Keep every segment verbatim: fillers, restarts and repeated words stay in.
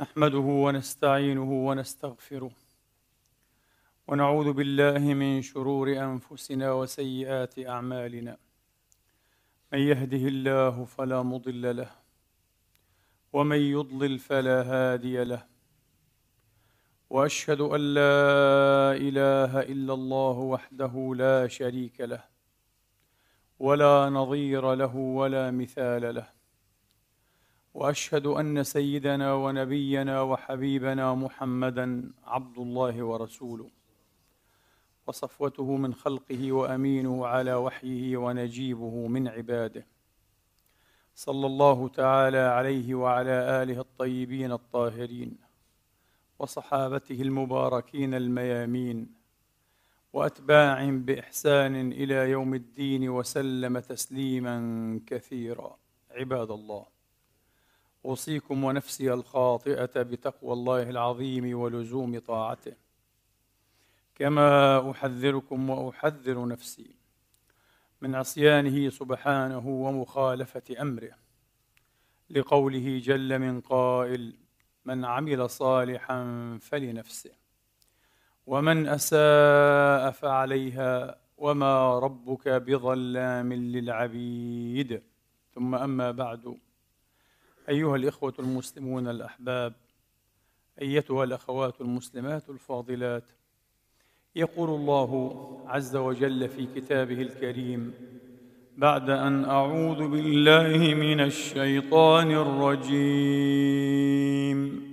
نحمده ونستعينه ونستغفره ونعوذ بالله من شرور أنفسنا وسيئات أعمالنا. من يهده الله فلا مضل له ومن يضلل فلا هادي له، وأشهد أن لا إله إلا الله وحده لا شريك له ولا نظير له ولا مثال له، وأشهد أن سيدنا ونبينا وحبيبنا محمدًا عبد الله ورسوله وصفوته من خلقه وأمينه على وحيه ونجيبه من عباده، صلى الله تعالى عليه وعلى آله الطيبين الطاهرين وصحابته المباركين الميامين وأتباعهم بإحسان إلى يوم الدين وسلم تسليماً كثيرا. عباد الله، أوصيكم ونفسي الخاطئة بتقوى الله العظيم ولزوم طاعته، كما أحذركم وأحذر نفسي من عصيانه سبحانه ومخالفة أمره، لقوله جل من قائل: من عمل صالحا فلنفسه ومن أساء فعليها وما ربك بظلام للعبيد. ثم أما بعد، أيها الإخوة المسلمون الأحباب، أيتها الأخوات المسلمات الفاضلات، يقول الله عز وجل في كتابه الكريم بعد أن أعوذ بالله من الشيطان الرجيم: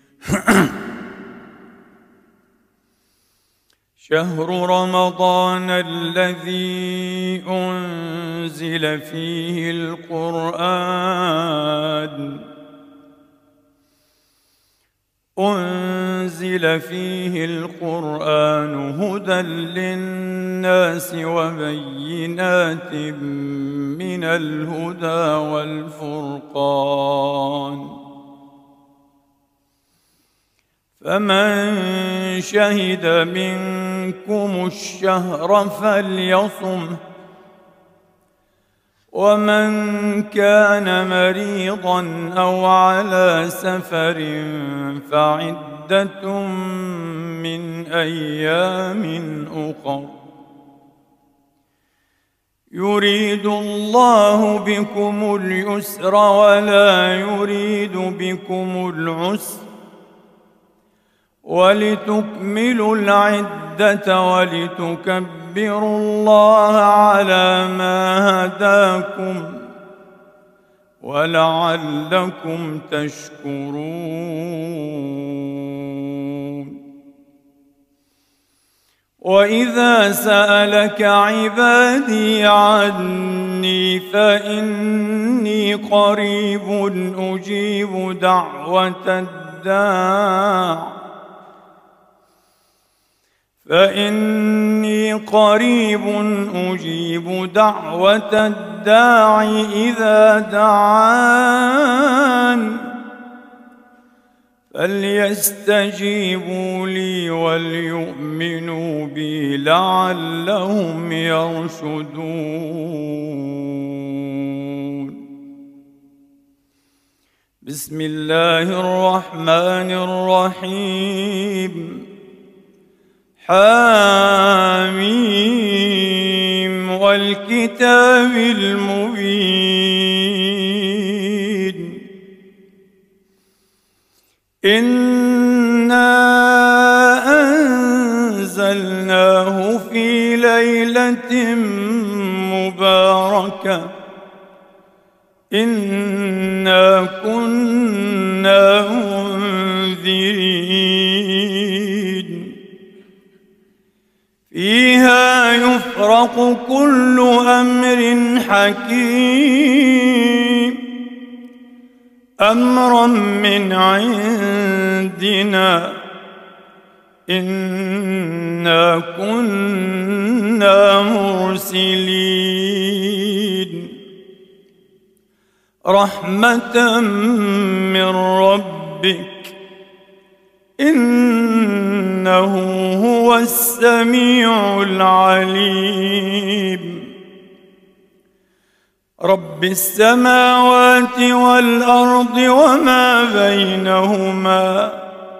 شهر رمضان الذي أنزل فيه القرآن أنزل فيه القرآن هدى للناس وبينات من الهدى والفرقان، فمن شهد منكم الشهر فليصمه، ومن كان مريضا أو على سفر فعدة من أيام أخر، يريد الله بكم اليسر ولا يريد بكم العسر، ولتكملوا العدة ولتكبروا الله على ما هداكم ولعلكم تشكرون. وإذا سألك عبادي عني فإني قريب أجيب دعوة الداع فإني قريب أجيب دعوة الداع إذا دعان، فليستجيبوا لي وليؤمنوا بي لعلهم يرشدون. بسم الله الرحمن الرحيم. حاميم والكتاب المبين، إنا أنزلناه في ليلة مباركة إنا كنا منذرين، فيها يفرق كل أمر حكيم أمرا من عندنا إنا كنا مرسلين، رحمة من ربك إنه هو السميع العليم. رب السماوات والأرض وما بينهما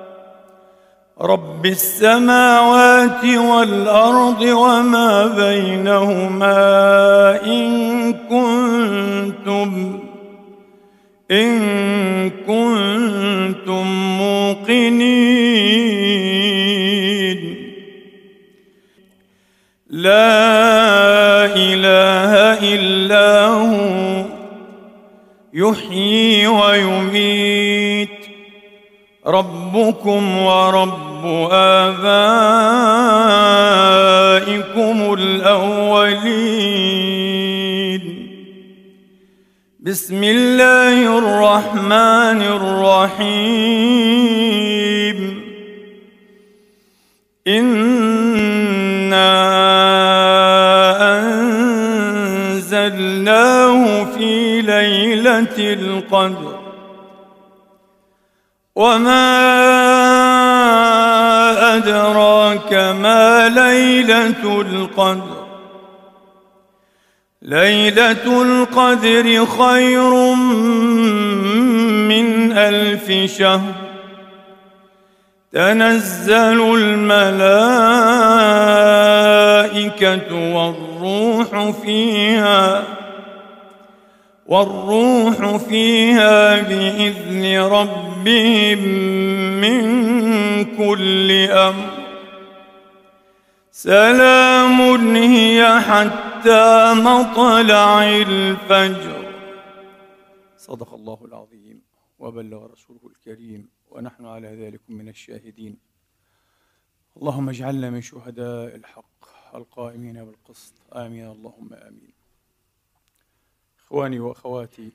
رب السماوات والأرض وما بينهما إن كنتم إن كنتم موقنين لا إله إلا هو يحيي ويميت ربكم ورب آبائكم الأولين بسم الله الرحمن الرحيم إنا أنزلناه في ليلة القدر وما أدراك ما ليلة القدر ليلة القدر خير من ألف شهر تنزل الملائكة والروح فيها والروح فيها بإذن ربهم من كل أمر سلام هي حتى مطلع الفجر. صدق الله العظيم وبلغ رسوله الكريم ونحن على ذلك من الشاهدين. اللهم اجعلنا من شهداء الحق القائمين بالقسط، آمين اللهم آمين. إخواني وأخواتي،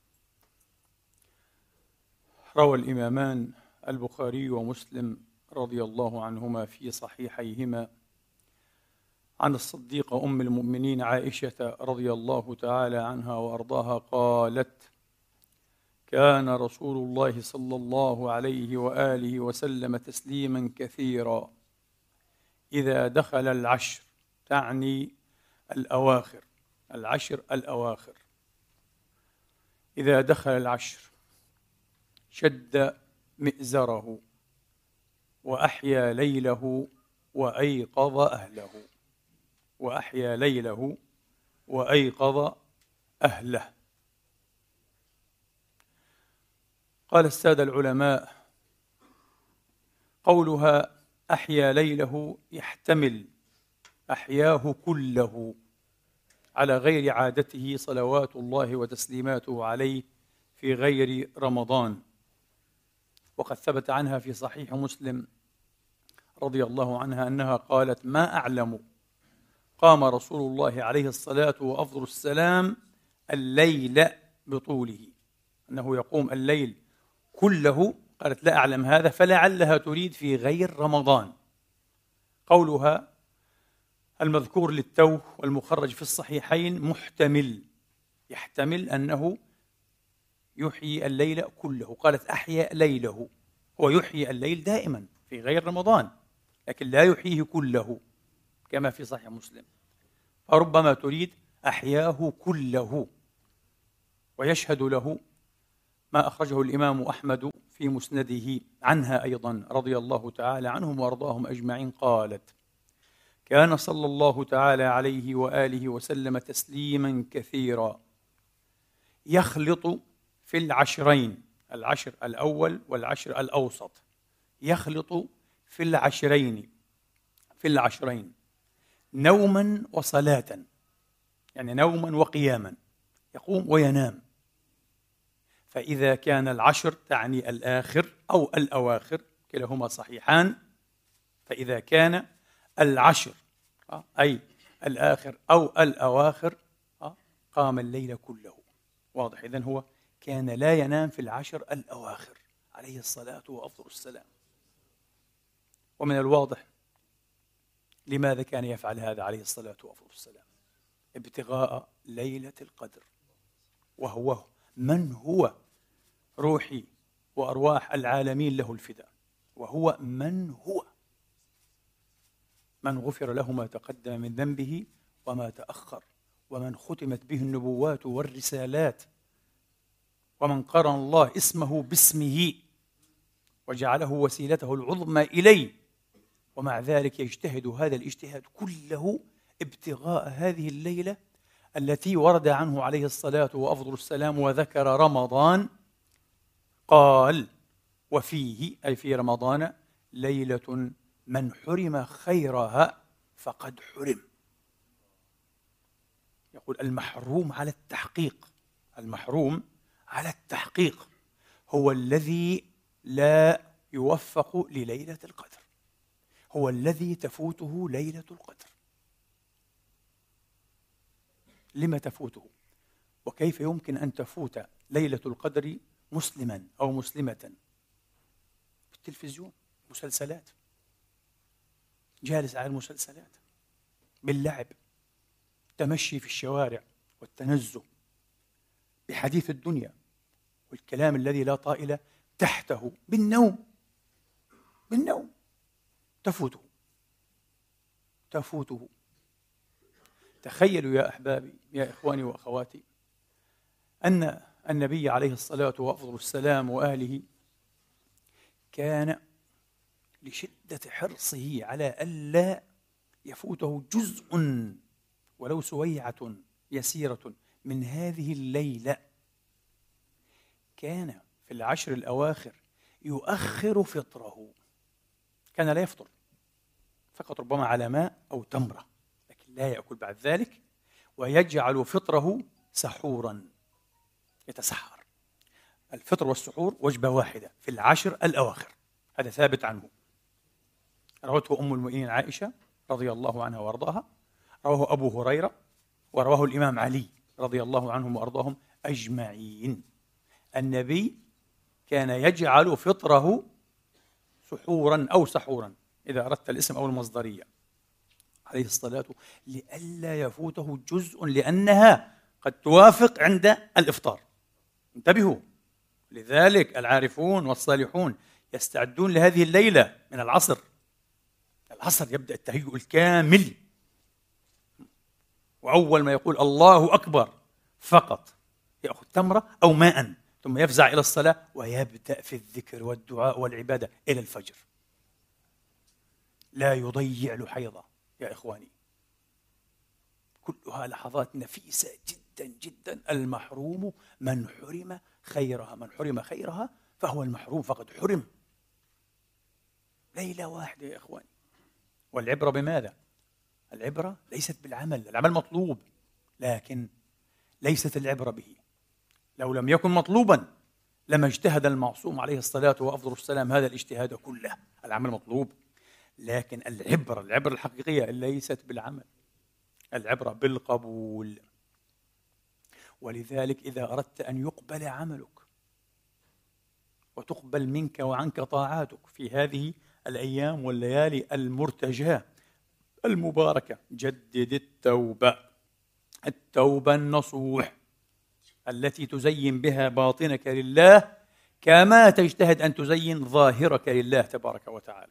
روى الإمامان البخاري ومسلم رضي الله عنهما في صحيحيهما عن الصديقة أم المؤمنين عائشة رضي الله تعالى عنها وأرضاها قالت: كان رسول الله صلى الله عليه وآله وسلم تسليما كثيرا إذا دخل العشر، تعني الأواخر، العشر الأواخر، إذا دخل العشر شد مئزره وأحيا ليله وأيقظ أهله وأحيا ليله وأيقظ أهله. قال السادة العلماء: قولها أحيا ليله يحتمل أحياه كله على غير عادته صلوات الله وتسليماته عليه في غير رمضان. وقد ثبت عنها في صحيح مسلم رضي الله عنها أنها قالت: ما أعلم قام رسول الله عليه الصلاة وأفضل السلام الليل بطوله، أنه يقوم الليل كله. قالت: لا أعلم هذا، فلعلها تريد في غير رمضان. قولها المذكور للتو والمخرج في الصحيحين محتمل، يحتمل أنه يحيي الليل كله. قالت: أحيا ليله، هو يحيي الليل دائما في غير رمضان، لكن لا يحييه كله كما في صحيح مسلم، فربما تريد أحياه كله. ويشهد له ما أخرجه الإمام أحمد في مسنده عنها أيضا رضي الله تعالى عنهم وأرضاهم أجمعين. قالت: كان صلى الله تعالى عليه وآله وسلم تسليما كثيرا يخلط في العشرين، العشر الأول والعشر الأوسط، يخلط في العشرين في العشرين نوما وصلاة، يعني نوما وقياما، يقوم وينام. فإذا كان العشر تعني الآخر أو الأواخر، كلاهما صحيحان. فإذا كان العشر أي الآخر أو الأواخر قام الليل كله. واضح؟ إذن هو كان لا ينام في العشر الأواخر عليه الصلاة وأفضل السلام. ومن الواضح لماذا كان يفعل هذا عليه الصلاة وأفضل السلام: ابتغاء ليلة القدر، وهو من هو روحي وأرواح العالمين له الفداء، وهو من هو من غفر له ما تقدم من ذنبه وما تأخر، ومن ختمت به النبوات والرسالات، ومن قرن الله اسمه باسمه وجعله وسيلته العظمى إليه، ومع ذلك يجتهد هذا الاجتهاد كله ابتغاء هذه الليلة التي ورد عنه عليه الصلاة وأفضل السلام وذكر رمضان، قال: وفيه أي في رمضان ليلة من حرم خيرها فقد حرم. يقول المحروم على التحقيق، المحروم على التحقيق هو الذي لا يوفق لليلة القدر، هو الذي تفوته ليلة القدر. لما تفوته؟ وكيف يمكن أن تفوت ليلة القدر مسلما أو مسلمة؟ بالتلفزيون، مسلسلات، جالس على المسلسلات، باللعب، تمشي في الشوارع والتنزه، بحديث الدنيا والكلام الذي لا طائل تحته، بالنوم، بالنوم تفوته تفوته. تخيلوا يا أحبابي، يا إخواني وأخواتي، أن النبي عليه الصلاة وأفضل السلام وآله كان لشدة حرصه على ألا يفوته جزء ولو سويعة يسيرة من هذه الليلة، كان في العشر الأواخر يؤخر فطره. كان لا يفطر، فقط ربما على ماء أو تمرة، لكن لا يأكل بعد ذلك، ويجعل فطره سحورا، يتسحر. الفطر والسحور وجبة واحدة في العشر الأواخر، هذا ثابت عنه، روته أم المؤمنين عائشة رضي الله عنها وأرضاها، رواه أبو هريرة، ورواه الإمام علي رضي الله عنهم وأرضاهم أجمعين. النبي كان يجعل فطره سحورا أو سحورا إذا أردت الاسم أو المصدرية عليه الصلاة، لئلا يفوته جزء، لأنها قد توافق عند الإفطار. انتبهوا، لذلك العارفون والصالحون يستعدون لهذه الليلة من العصر. العصر يبدأ التهيؤ الكامل، وأول ما يقول الله أكبر فقط يأخذ تمرة أو ماء، ثم يفزع إلى الصلاة ويبدأ في الذكر والدعاء والعبادة إلى الفجر، لا يضيع له حيضة يا إخواني. كلها لحظات نفيسة جدا جدا. المحروم من حرم خيرها، من حرم خيرها فهو المحروم فقد حرم. ليلة واحدة يا إخواني. والعبرة بماذا؟ العبرة ليست بالعمل، العمل مطلوب، لكن ليست العبرة به. لو لم يكن مطلوبا لما اجتهد المعصوم عليه الصلاة وأفضل السلام هذا الاجتهاد كله. العمل مطلوب، لكن العبرة العبرة الحقيقية ليست بالعمل، العبرة بالقبول. ولذلك إذا أردت أن يقبل عملك وتقبل منك وعنك طاعاتك في هذه الأيام والليالي المرتجاة المباركة، جدد التوبة، التوبة النصوح التي تزين بها باطنك لله كما تجتهد أن تزين ظاهرك لله تبارك وتعالى.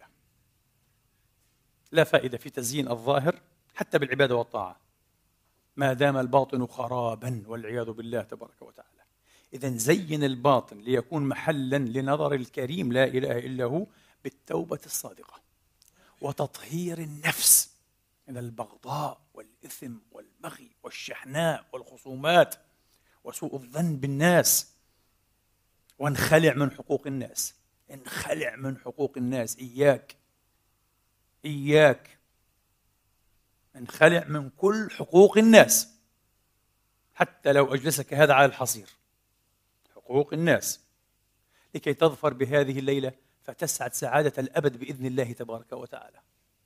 لا فائدة في تزيين الظاهر حتى بالعبادة والطاعة ما دام الباطن خرابا والعياذ بالله تبارك وتعالى. إذن زين الباطن ليكون محلا لنظر الكريم لا إله إلا هو بالتوبة الصادقة وتطهير النفس من البغضاء والإثم والبغي والشحناء والخصومات وسوء الظن بالناس، وانخلع من حقوق الناس. انخلع من حقوق الناس، إياك إياك انخلع من كل حقوق الناس، حتى لو أجلسك هذا على الحصير. حقوق الناس لكي تظفر بهذه الليلة فتسعد سعادة الأبد بإذن الله تبارك وتعالى.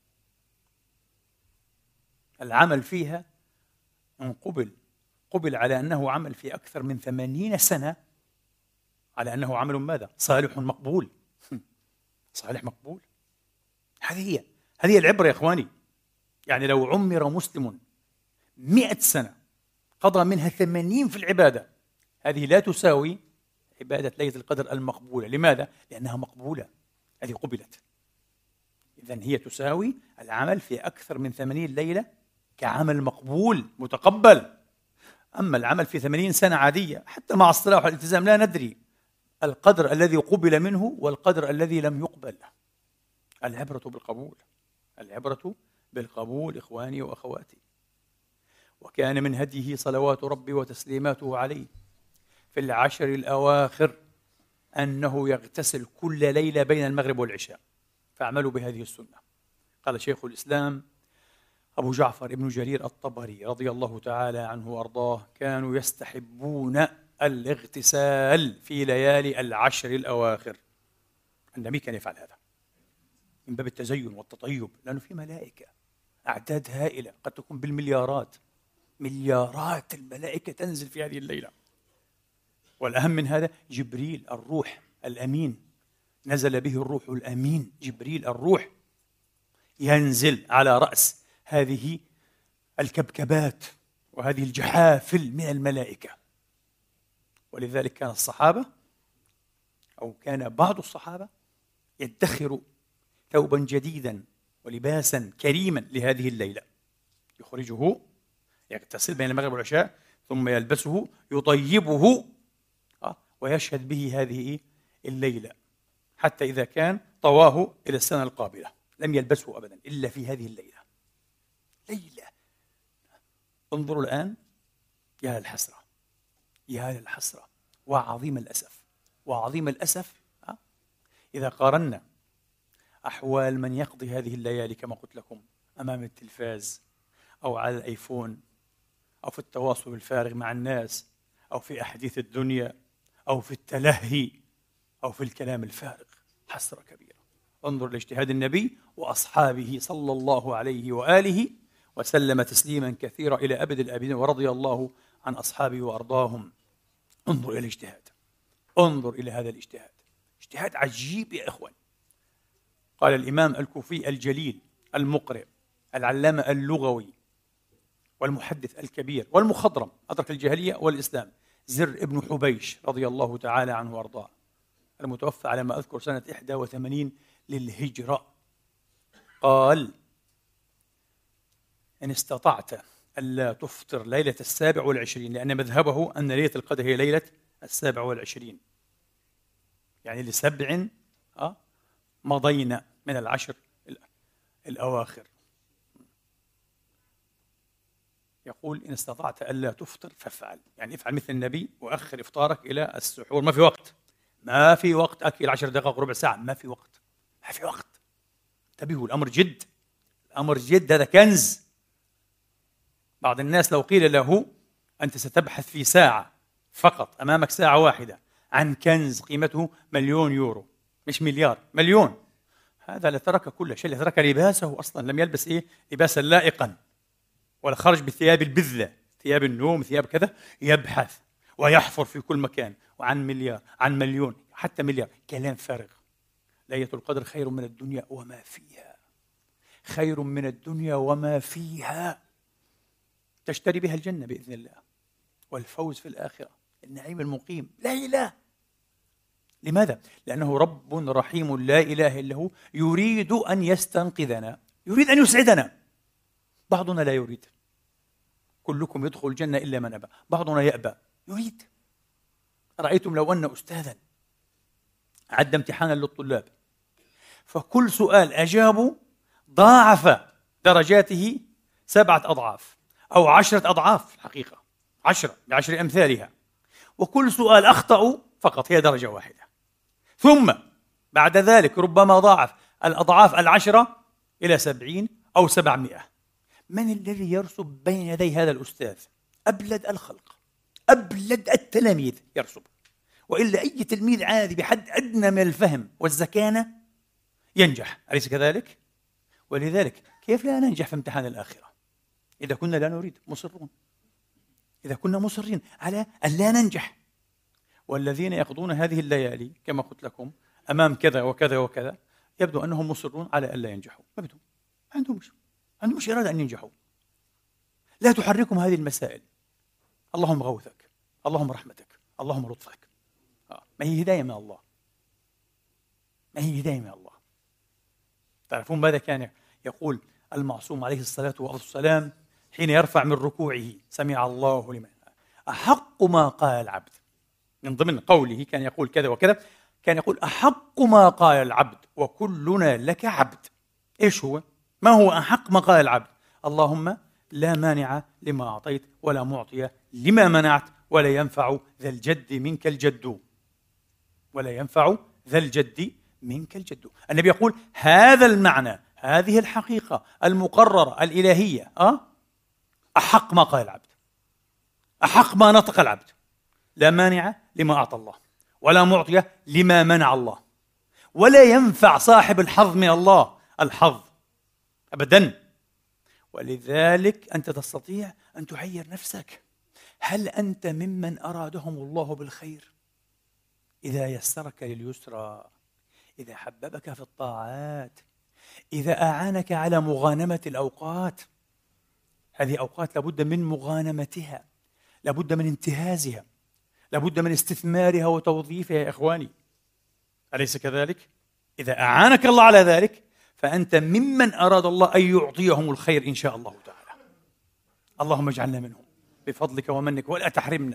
العمل فيها إن قبل قبل على أنه عمل في أكثر من ثمانين سنة، على أنه عمل ماذا؟ صالح مقبول. صالح مقبول. هذه هي هذه العبرة يا إخواني. يعني لو عمر مسلم مئة سنة قضى منها ثمانين في العبادة، هذه لا تساوي عبادة ليلة القدر المقبولة. لماذا؟ لأنها مقبولة، هذه قبلت. إذن هي تساوي العمل في أكثر من ثمانين ليلة كعمل مقبول متقبل. أما العمل في ثمانين سنة عادية حتى مع الصلاح والالتزام لا ندري القدر الذي قبل منه والقدر الذي لم يقبل. العبرة بالقبول، العبرة بالقبول إخواني وأخواتي. وكان من هديه صلوات ربي وتسليماته عليه في العشر الأواخر أنه يغتسل كل ليلة بين المغرب والعشاء، فاعملوا بهذه السنة. قال شيخ الإسلام أبو جعفر ابن جرير الطبري رضي الله تعالى عنه وأرضاه: كانوا يستحبون الاغتسال في ليالي العشر الأواخر. النبي كان يفعل هذا من باب التزين والتطيب، لأنه في ملائكة أعداد هائلة قد تكون بالمليارات، مليارات الملائكة تنزل في هذه الليلة. والأهم من هذا جبريل الروح الأمين، نزل به الروح الأمين جبريل الروح، ينزل على رأس هذه الكبكبات وهذه الجحافل من الملائكة. ولذلك كان الصحابة أو كان بعض الصحابة يدخر ثوبا جديدا ولباسا كريما لهذه الليلة، يخرجه يغتسل بين المغرب والعشاء ثم يلبسه يطيبه ويشهد به هذه الليلة، حتى إذا كان طواه إلى السنة القابلة لم يلبسه أبدا إلا في هذه الليلة. ليلة، انظروا الآن، يا للحسرة، يا للحسرة وعظيم الأسف، وعظيم الأسف إذا قارنا أحوال من يقضي هذه الليالي كما قلت لكم أمام التلفاز أو على الآيفون أو في التواصل الفارغ مع الناس أو في أحاديث الدنيا أو في التلهي أو في الكلام الفارغ. حسرة كبيرة. انظر لاجتهاد النبي وأصحابه صلى الله عليه وآله وسلم تسليما كثيرا إلى أبد الآبدين، ورضي الله عن أصحابه وأرضاهم. انظر إلى الاجتهاد، انظر إلى هذا الاجتهاد، اجتهاد عجيب يا إخوان. قال الإمام الكوفي الجليل المقرئ العلامة اللغوي والمحدث الكبير والمخضرم، أدرك الجاهلية والإسلام، زر ابن حبيش رضي الله تعالى عنه وأرضاه، المتوفى على ما أذكر سنة إحدى وثمانين للهجرة، قال: إن استطعت ألا تفطر ليلة السابع والعشرين، لأن مذهبه أن ليلة القدر هي ليلة السابع والعشرين، يعني لسبع أه مضينا من العشر الأواخر. يقول: إن استطعت ألا تفطر فافعل، يعني افعل مثل النبي وأخر إفطارك إلى السحور. ما في وقت، ما في وقت أكل عشر دقائق ربع ساعة، ما في وقت، ما في وقت. انتبهوا، الأمر جد، الأمر جد، هذا كنز. بعض الناس لو قيل له أنت ستبحث في ساعة فقط، أمامك ساعة واحدة عن كنز قيمته مليون يورو، مش مليار، مليون، هذا لترك كل شيء، لترك لباسه أصلا، لم يلبس إيه لباسا لائقا، ولا خرج بثياب البذلة، ثياب النوم، ثياب كذا، يبحث ويحفر في كل مكان، وعن مليار، عن مليون، حتى مليار، كلام فارغ. ليلة القدر خير من الدنيا وما فيها، خير من الدنيا وما فيها، تشتري بها الجنة بإذن الله والفوز في الآخرة، النعيم المقيم. ليلة، لماذا؟ لأنه رب رحيم لا إله إلا هو، يريد أن يستنقذنا، يريد أن يسعدنا. بعضنا لا يريد، كلكم يدخل الجنة إلا من أبى، بعضنا يأبى، يريد. رأيتم لو أن أستاذا عد امتحانا للطلاب فكل سؤال أجابوا ضاعف درجاته سبعة أضعاف أو عشرة أضعاف، الحقيقة عشرة بعشر أمثالها، وكل سؤال أخطأوا فقط هي درجة واحدة، ثم بعد ذلك ربما ضاعف الأضعاف العشرة إلى سبعين أو سبعمائة. من الذي يرسب بين يدي هذا الأستاذ؟ أبلد الخلق، أبلد التلاميذ يرسب، وإلا أي تلميذ عادي بحد أدنى من الفهم والزكانة ينجح، أليس كذلك؟ ولذلك كيف لا ننجح في امتحان الآخرة إذا كنا لا نريد، مصرون، إذا كنا مصرين على أن لا ننجح. والذين يقضون هذه الليالي كما قلت لكم أمام كذا وكذا وكذا، يبدو أنهم مصرون على أن لا ينجحوا، يبدو عندهم مش عندهم مش إرادة أن ينجحوا. لا تحركهم هذه المسائل، اللهم غوثك، اللهم رحمتك، اللهم لطفك. آه. ما هي هداية من الله، ما هي هداية من الله. تعرفون ماذا كان يقول المعصوم عليه الصلاة والسلام حين يرفع من ركوعه سمع الله لمن، أحق ما قال العبد. من ضمن قوله كان يقول كذا وكذا، كان يقول أحق ما قال العبد وكلنا لك عبد. إيش هو؟ ما هو أحق ما قال العبد؟ اللهم لا مانع لما أعطيت ولا معطي لما منعت ولا ينفع ذا الجد منك الجد، ولا ينفع ذا الجد منك الجد. النبي يقول هذا المعنى، هذه الحقيقة المقررة الإلهية، أه؟ أحق ما قال العبد، أحق ما نطق العبد. لا مانع لما أعطى الله ولا معطي لما منع الله، ولا ينفع صاحب الحظ من الله الحظ أبدا. ولذلك أنت تستطيع أن تعير نفسك، هل أنت ممن أرادهم الله بالخير؟ إذا يسرك لليسرى، إذا حببك في الطاعات، إذا أعانك على مغانمة الأوقات. هذه أوقات لابد من مغانمتها، لابد من انتهازها، لابد من استثمارها وتوظيفها يا إخواني، أليس كذلك؟ إذا أعانك الله على ذلك فأنت ممن أراد الله أن يعطيهم الخير إن شاء الله تعالى. اللهم اجعلنا منهم بفضلك ومنك، ولا تحرمنا،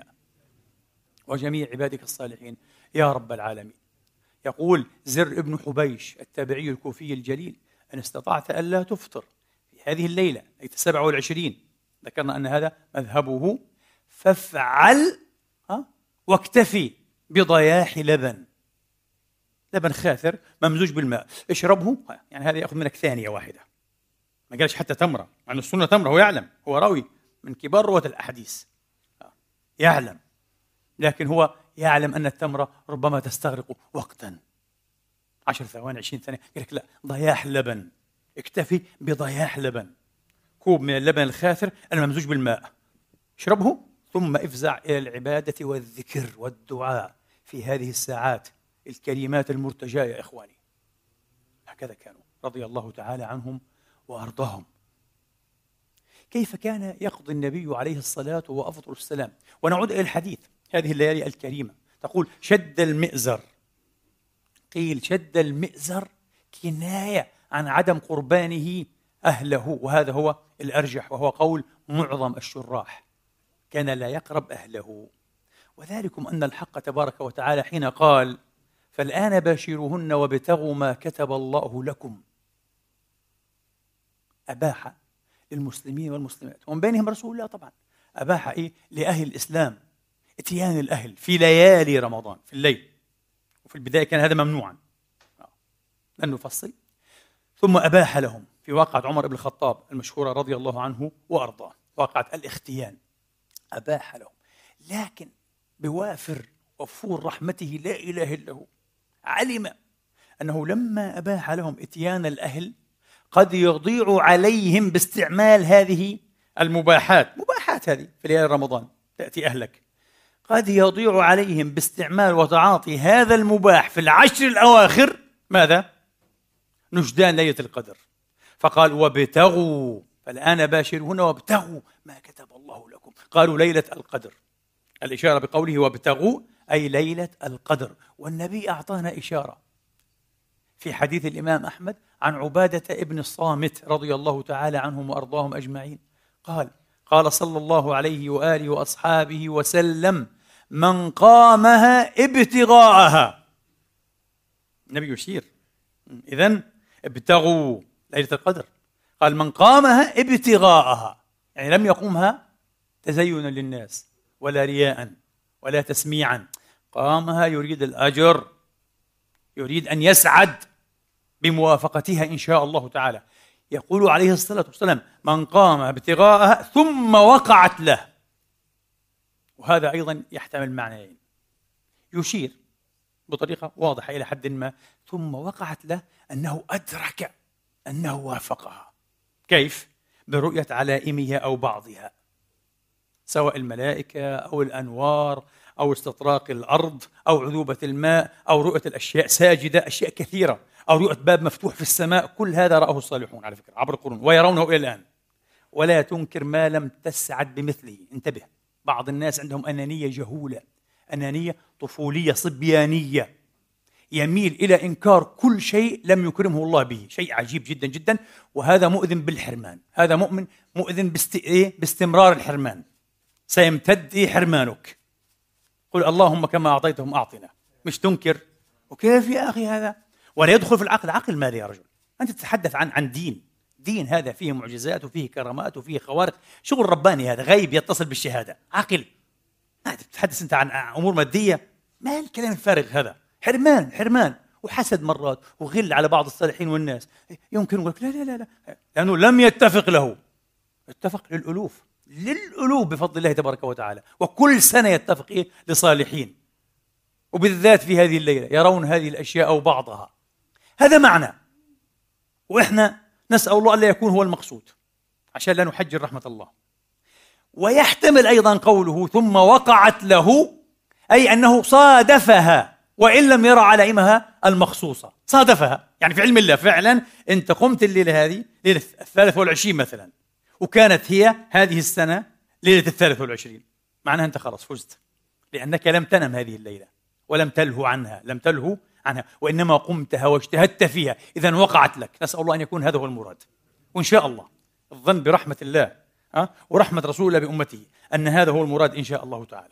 وجميع عبادك الصالحين يا رب العالمين. يقول زر ابن حبيش التابعي الكوفي الجليل: أن استطعت ألا تفطر في هذه الليلة أي السابعة والعشرين، ذكرنا أن هذا مذهبه، فافعل ها واكتفي بضياح لبن، لبن خاثر ممزوج بالماء، اشربه، يعني هذا يأخذ منك ثانية واحدة. ما قالش حتى تمرة، عن السنة تمرة، هو يعلم، هو راوي من كبار رواة الأحاديث، يعلم، لكن هو يعلم أن التمرة ربما تستغرق وقتا، عشر ثواني عشرين ثانية، قال لك لا، ضياح لبن، اكتفي بضياح لبن، كوب من اللبن الخاثر الممزوج بالماء، اشربه ثم افزع إلى العبادة والذكر والدعاء في هذه الساعات الكريمات المرتجاة يا إخواني. هكذا كانوا رضي الله تعالى عنهم وأرضاهم. كيف كان يقضي النبي عليه الصلاة وأفضل السلام؟ ونعود إلى الحديث هذه الليالي الكريمة، تقول شد المئزر، قيل شد المئزر كناية عن عدم قربانه أهله، وهذا هو الأرجح وهو قول معظم الشراح، كان لا يقرب أهله. وذلكم أن الحق تبارك وتعالى حين قال فالآن باشروهن وابتغوا ما كتب الله لكم، أباح للمسلمين والمسلمات ومن بينهم رسول الله طبعا، أباح إيه؟ لأهل الإسلام اتيان الأهل في ليالي رمضان في الليل، وفي البداية كان هذا ممنوعا، لن نفصل. ثم أباح لهم في واقعة عمر بن الخطاب المشهورة رضي الله عنه وأرضاه، واقعة الاختيان، أباح لهم، لكن بوافر وفور رحمته لا إله إلا هو علم أنه لما أباح لهم إتيان الأهل قد يضيع عليهم باستعمال هذه المباحات، مباحات هذه في ليالي رمضان تأتي أهلك، قد يضيع عليهم باستعمال وتعاطي هذا المباح في العشر الأواخر ماذا؟ نجدان ليلة القدر. فقال وابتغوا، فالآن باشروهن وابتغوا ما كتب الله لكم، قالوا ليلة القدر، الإشارة بقوله وابتغوا أي ليلة القدر. والنبي أعطانا إشارة في حديث الإمام أحمد عن عبادة ابن الصامت رضي الله تعالى عنهم وأرضاهم أجمعين، قال قال صلى الله عليه وآله وأصحابه وسلم من قامها ابتغاءها، النبي يشير إذن ابتغوا ليلة القدر، قال من قامها ابتغاءها، يعني لم يقومها تزينا للناس ولا رياء ولا تسميعا، قامها يريد الأجر، يريد أن يسعد بموافقتها إن شاء الله تعالى. يقول عليه الصلاة والسلام من قام ابتغاءها ثم وقعت له، وهذا أيضا يحتمل معنيين، يشير بطريقة واضحة إلى حد ما، ثم وقعت له أنه أدرك أنه وافقها. كيف؟ برؤية علائمها أو بعضها، سواء الملائكة أو الأنوار أو استطراق الأرض أو عذوبة الماء أو رؤية الأشياء ساجدة، أشياء كثيرة، أو رؤية باب مفتوح في السماء، كل هذا رآه الصالحون على فكرة عبر القرون ويرونه إلى الآن. ولا تنكر ما لم تسعد بمثله، انتبه، بعض الناس عندهم أنانية جهولة، أنانية طفولية صبيانية، يميل إلى إنكار كل شيء لم يكرمه الله به، شيء عجيب جدا جدا، وهذا مؤذن بالحرمان، هذا مؤمن مؤذن باست... باستمرار الحرمان. سيمتد حرمانك. قل اللهم كما أعطيتهم أعطنا، مش تنكر. وكيف يا أخي هذا؟ ولا يدخل في العقل. عقل ماذا يا رجل؟ أنت تتحدث عن عن دين دين هذا فيه معجزات وفيه كرامات وفيه خوارق، شغل رباني، هذا غيب يتصل بالشهادة. عقل ما تتحدث أنت عن أمور مادية. ما الكلام الفارغ هذا؟ حرمان حرمان وحسد مرات وغل على بعض الصالحين والناس. يمكن يقول لك لا لا لا لا لأنه لم يتفق له. اتفق للألوف للألوف بفضل الله تبارك وتعالى، وكل سنة يتفق إيه؟ لصالحين، وبالذات في هذه الليلة يرون هذه الأشياء أو بعضها. هذا معنى، وإحنا نسأل الله ألا يكون هو المقصود عشان لا نحجر رحمة الله. ويحتمل أيضا قوله ثم وقعت له، أي أنه صادفها وإن لم يرى علائمها المخصوصة. صادفها يعني في علم الله فعلا أنت قمت الليلة هذه ليلة الثالث والعشرين مثلا، وكانت هي هذه السنة ليلة الثالث والعشرين، معناها أنت خلاص فزت، لأنك لم تنم هذه الليلة ولم تلهو عنها لم تلهو عنها وإنما قمتها واجتهدت فيها، إذن وقعت لك. نسأل الله أن يكون هذا هو المراد. وإن شاء الله الظن برحمة الله أه؟ ورحمة رسول الله بأمته أن هذا هو المراد إن شاء الله تعالى.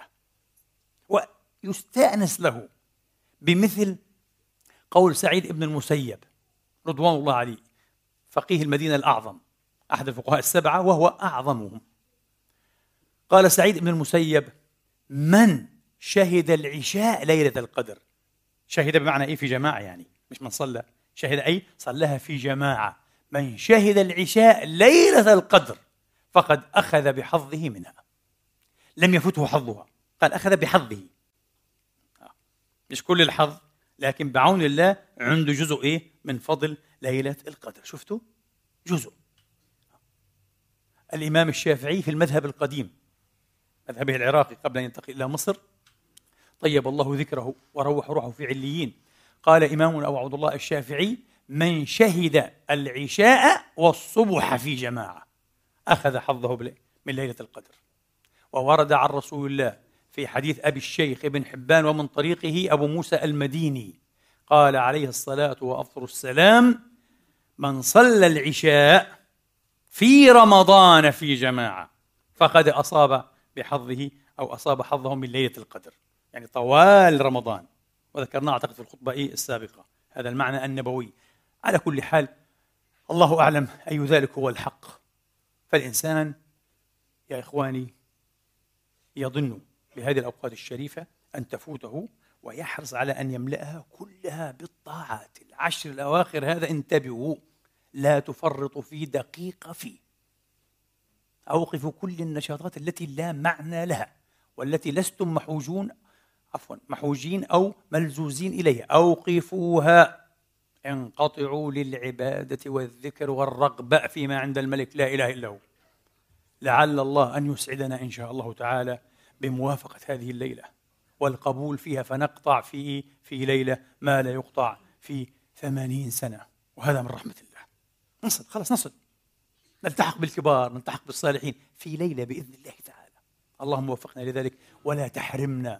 ويستأنس له بمثل قول سعيد بن المسيب رضوان الله عليه، فقيه المدينة الأعظم، أحد الفقهاء السبعة وهو أعظمهم. قال سعيد بن المسيب: من شهد العشاء ليلة القدر، شهد بمعنى إيه؟ في جماعة، يعني مش من صلى، شهد أي صلىها في جماعة. من شهد العشاء ليلة القدر فقد أخذ بحظه منها، لم يفته حظها، قال أخذ بحظه، مش كل الحظ لكن بعون الله عنده جزء إيه من فضل ليلة القدر. شفتوا؟ جزء. الإمام الشافعي في المذهب القديم، مذهبه العراقي قبل أن ينتقل إلى مصر، طيب الله ذكره وروح روحه في عليين، قال إمامنا أبو عبد الله الشافعي: من شهد العشاء والصبح في جماعة أخذ حظه من ليلة القدر. وورد عن رسول الله في حديث أبي الشيخ ابن حبان ومن طريقه أبو موسى المديني قال عليه الصلاة وأفضل السلام: من صلى العشاء في رمضان في جماعة فقد أصاب بحظه أو أصاب حظه من ليلة القدر، يعني طوال رمضان. وذكرنا أعتقد في الخطبة إيه السابقة هذا المعنى النبوي. على كل حال الله أعلم أي ذلك هو الحق. فالإنسان يا إخواني يظن بهذه الأوقات الشريفة أن تفوته ويحرص على أن يملأها كلها بالطاعات. العشر الأواخر هذا انتبهوا، لا تفرطوا في دقيقة فيه. أوقفوا كل النشاطات التي لا معنى لها والتي لستم محوجون عفوا محوجين أو ملزوزين إليها، أوقفوها. انقطعوا للعبادة والذكر والرغبة فيما عند الملك لا إله إلا هو. لعل الله أن يسعدنا إن شاء الله تعالى بموافقة هذه الليلة والقبول فيها، فنقطع في في ليلة ما لا يقطع في ثمانين سنة، وهذا من رحمة الله. نصل خلاص، نصل نلتحق بالكبار، نلتحق بالصالحين في ليلة بإذن الله تعالى. اللهم وفقنا لذلك ولا تحرمنا.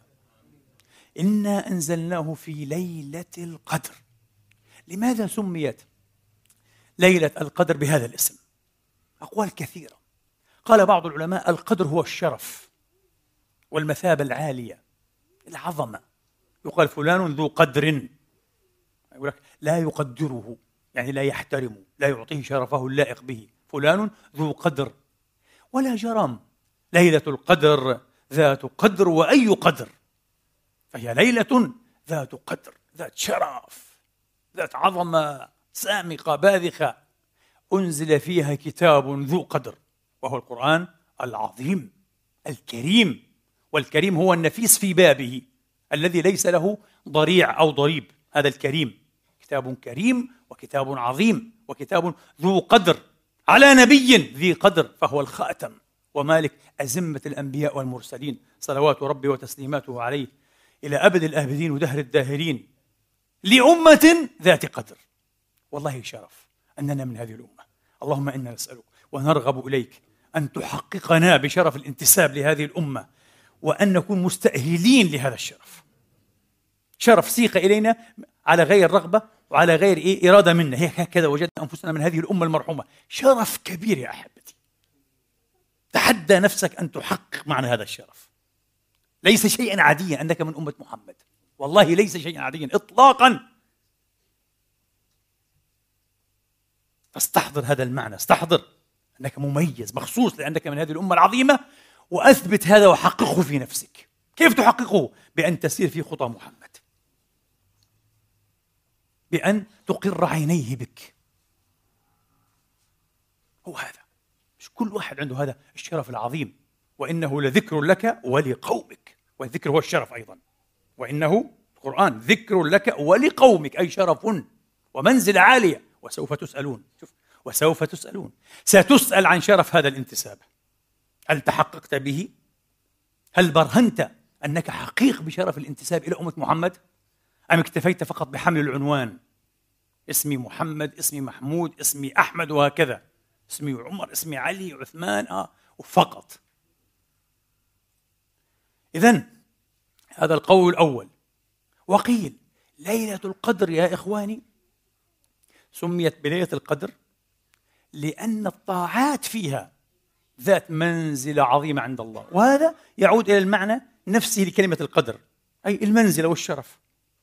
إنا أنزلناه في ليلة القدر. لماذا سميت ليلة القدر بهذا الاسم؟ أقوال كثيرة. قال بعض العلماء: القدر هو الشرف والمثابة العالية، العظمة. يقال فلان ذو قدر، يقول لك لا يقدره، يعني لا يحترمه، لا يعطيه شرفه اللائق به، فلان ذو قدر. ولا جرم، ليلة القدر ذات قدر، وأي قدر، فهي ليلة ذات قدر، ذات شرف، ذات عظمة سامقة باذخة. أنزل فيها كتاب ذو قدر وهو القرآن العظيم الكريم. والكريم هو النفيس في بابه الذي ليس له ضريع أو ضريب، هذا الكريم. كتاب كريم وكتاب عظيم وكتاب ذو قدر على نبي ذي قدر، فهو الخاتم ومالك أزمة الأنبياء والمرسلين صلوات ربي وتسليماته عليه إلى أبد الآبدين ودهر الداهرين، لأمة ذات قدر. والله شرف أننا من هذه الأمة. اللهم إنا نسألك ونرغب إليك أن تحققنا بشرف الانتساب لهذه الأمة، وأن نكون مستأهلين لهذا الشرف. شرف سيق إلينا على غير رغبة وعلى غير إيه إرادة منا، هيك هكذا وجدنا أنفسنا من هذه الأمة المرحومة. شرف كبير يا أحبتي. تحدى نفسك أن تحقق معنى هذا الشرف. ليس شيئا عاديا أنك من أمة محمد، والله ليس شيئا عاديا إطلاقا. فاستحضر هذا المعنى، استحضر أنك مميز مخصوص لأنك من هذه الأمة العظيمة، وأثبت هذا وحققه في نفسك. كيف تحققه؟ بأن تسير في خطى محمد، بأن تقر عينيه بك. هو هذا، مش كل واحد عنده هذا الشرف العظيم. وإنه لذكر لك ولقومك، والذكر هو الشرف أيضا. وإنه القرآن ذكر لك ولقومك، أي شرف ومنزل عالية. وسوف تسألون، شوف، وسوف تسألون، ستسأل عن شرف هذا الانتساب. هل تحققت به؟ هل برهنت أنك حقيق بشرف الانتساب إلى أمة محمد؟ أم اكتفيت فقط بحمل العنوان؟ اسمي محمد، اسمي محمود، اسمي أحمد، وهكذا، اسمي عمر، اسمي علي، عثمان، آه وفقط. إذن هذا القول الأول. وقيل ليلة القدر يا إخواني سميت بليلة القدر لأن الطاعات فيها ذات منزلة عظيمة عند الله، وهذا يعود إلى المعنى نفسه لكلمة القدر، أي المنزلة والشرف.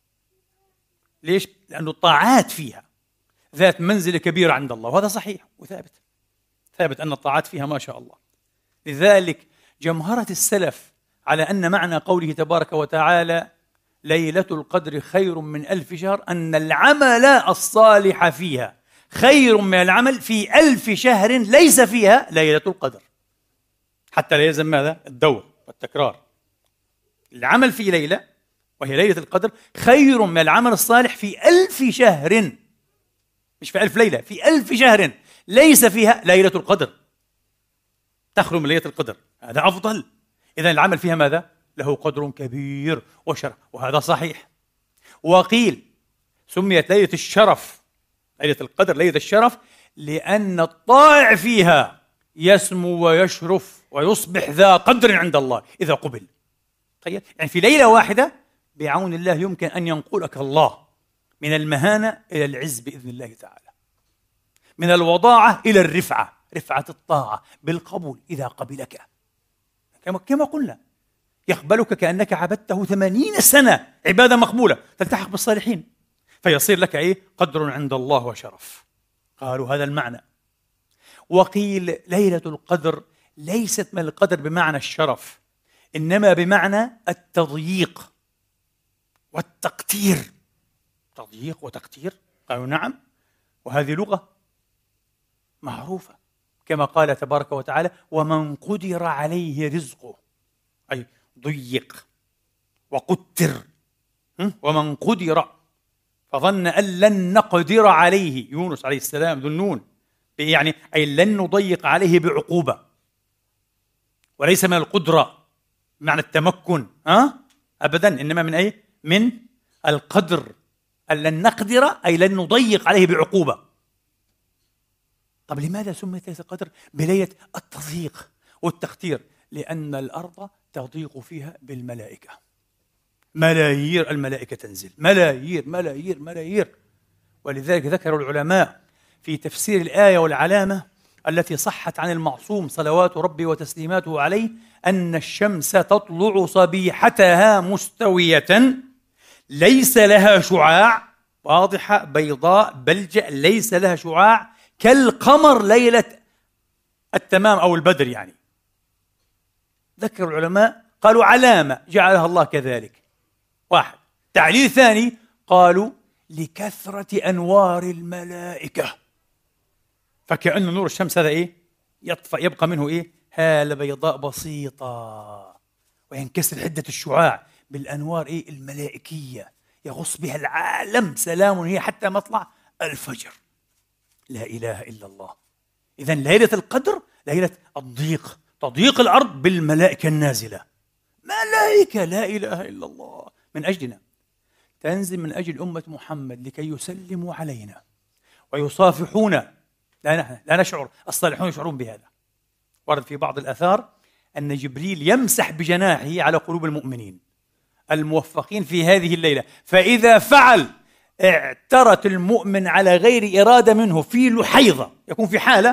ليش؟ لأن الطاعات فيها ذات منزلة كبيرة عند الله، وهذا صحيح وثابت، ثابت أن الطاعات فيها ما شاء الله. لذلك جمهرة السلف على أن معنى قوله تبارك وتعالى ليلة القدر خير من ألف شهر أن العمل الصالح فيها خير من العمل في ألف شهر ليس فيها ليلة القدر، حتى لا يلزم ماذا؟ الدور والتكرار. العمل في ليلة وهي ليلة القدر خير من العمل الصالح في ألف شهر، مش في ألف ليلة، في ألف شهر ليس فيها ليلة القدر، تخلو من ليلة القدر، هذا أفضل. إذن العمل فيها ماذا؟ له قدر كبير وشرف، وهذا صحيح. وقيل سميت ليلة الشرف، ليلة القدر ليلة الشرف، لأن الطائع فيها يسمو ويشرف ويصبح ذا قدر عند الله إذا قبل. تخيل، يعني في ليلة واحدة بعون الله يمكن أن ينقلك الله من المهانة إلى العز بإذن الله تعالى، من الوضاعة إلى الرفعة، رفعة الطاعة بالقبول إذا قبلك، كما كما قلنا يقبلك كأنك عبدته ثمانين سنة عبادة مقبولة، تلتحق بالصالحين فيصير لك إيه؟ قدر عند الله وشرف. قالوا هذا المعنى. وقيل ليلة القدر ليست من القدر بمعنى الشرف، إنما بمعنى التضييق والتقتير. تضييق وتقتير؟ قالوا نعم، وهذه لغة معروفة، كما قال تبارك وتعالى ومن قدر عليه رزقه، أي ضيق وقتر. ومن قدر فظن أن لن نقدر عليه، يونس عليه السلام ذو النون، يعني أي لن نضيق عليه بعقوبة، وليس من القدرة معنى التمكن، ها؟ أبدا، إنما من أي؟ من القدر، أن لن نقدر أي لن نضيق عليه بعقوبة. طب لماذا سميت ليلة القدر بليلة التضييق والتختير؟ لأن الأرض تضيق فيها بالملائكة، ملايير الملائكة تنزل، ملايير ملايير ملايير. ولذلك ذكر العلماء في تفسير الآية والعلامة التي صحت عن المعصوم صلوات ربي وتسليماته عليه أن الشمس تطلع صبيحتها مستوية ليس لها شعاع، واضحة بيضاء بلجأ ليس لها شعاع، كالقمر ليلة التمام أو البدر. يعني ذكر العلماء قالوا علامة جعلها الله كذلك، واحد. تعليل ثاني قالوا لكثرة أنوار الملائكة، فكأن نور الشمس هذا إيه؟ يطفأ، يبقى منه إيه؟ هالة بيضاء بسيطة، وينكسر حدة الشعاع بالأنوار إيه؟ الملائكية، يغص بها العالم، سلام هي حتى مطلع الفجر. لا إله إلا الله. إذن ليلة القدر ليلة الضيق، تضييق الأرض بالملائكة النازلة، ملائكة لا إله إلا الله من أجلنا، تنزل من أجل أمة محمد لكي يسلموا علينا ويصافحونا. لا نحن لا نشعر، الصالحون يشعرون بهذا. ورد في بعض الآثار أن جبريل يمسح بجناحه على قلوب المؤمنين الموفقين في هذه الليلة، فإذا فعل اعترت المؤمن على غير إرادة منه في لحيظة، يكون في حالة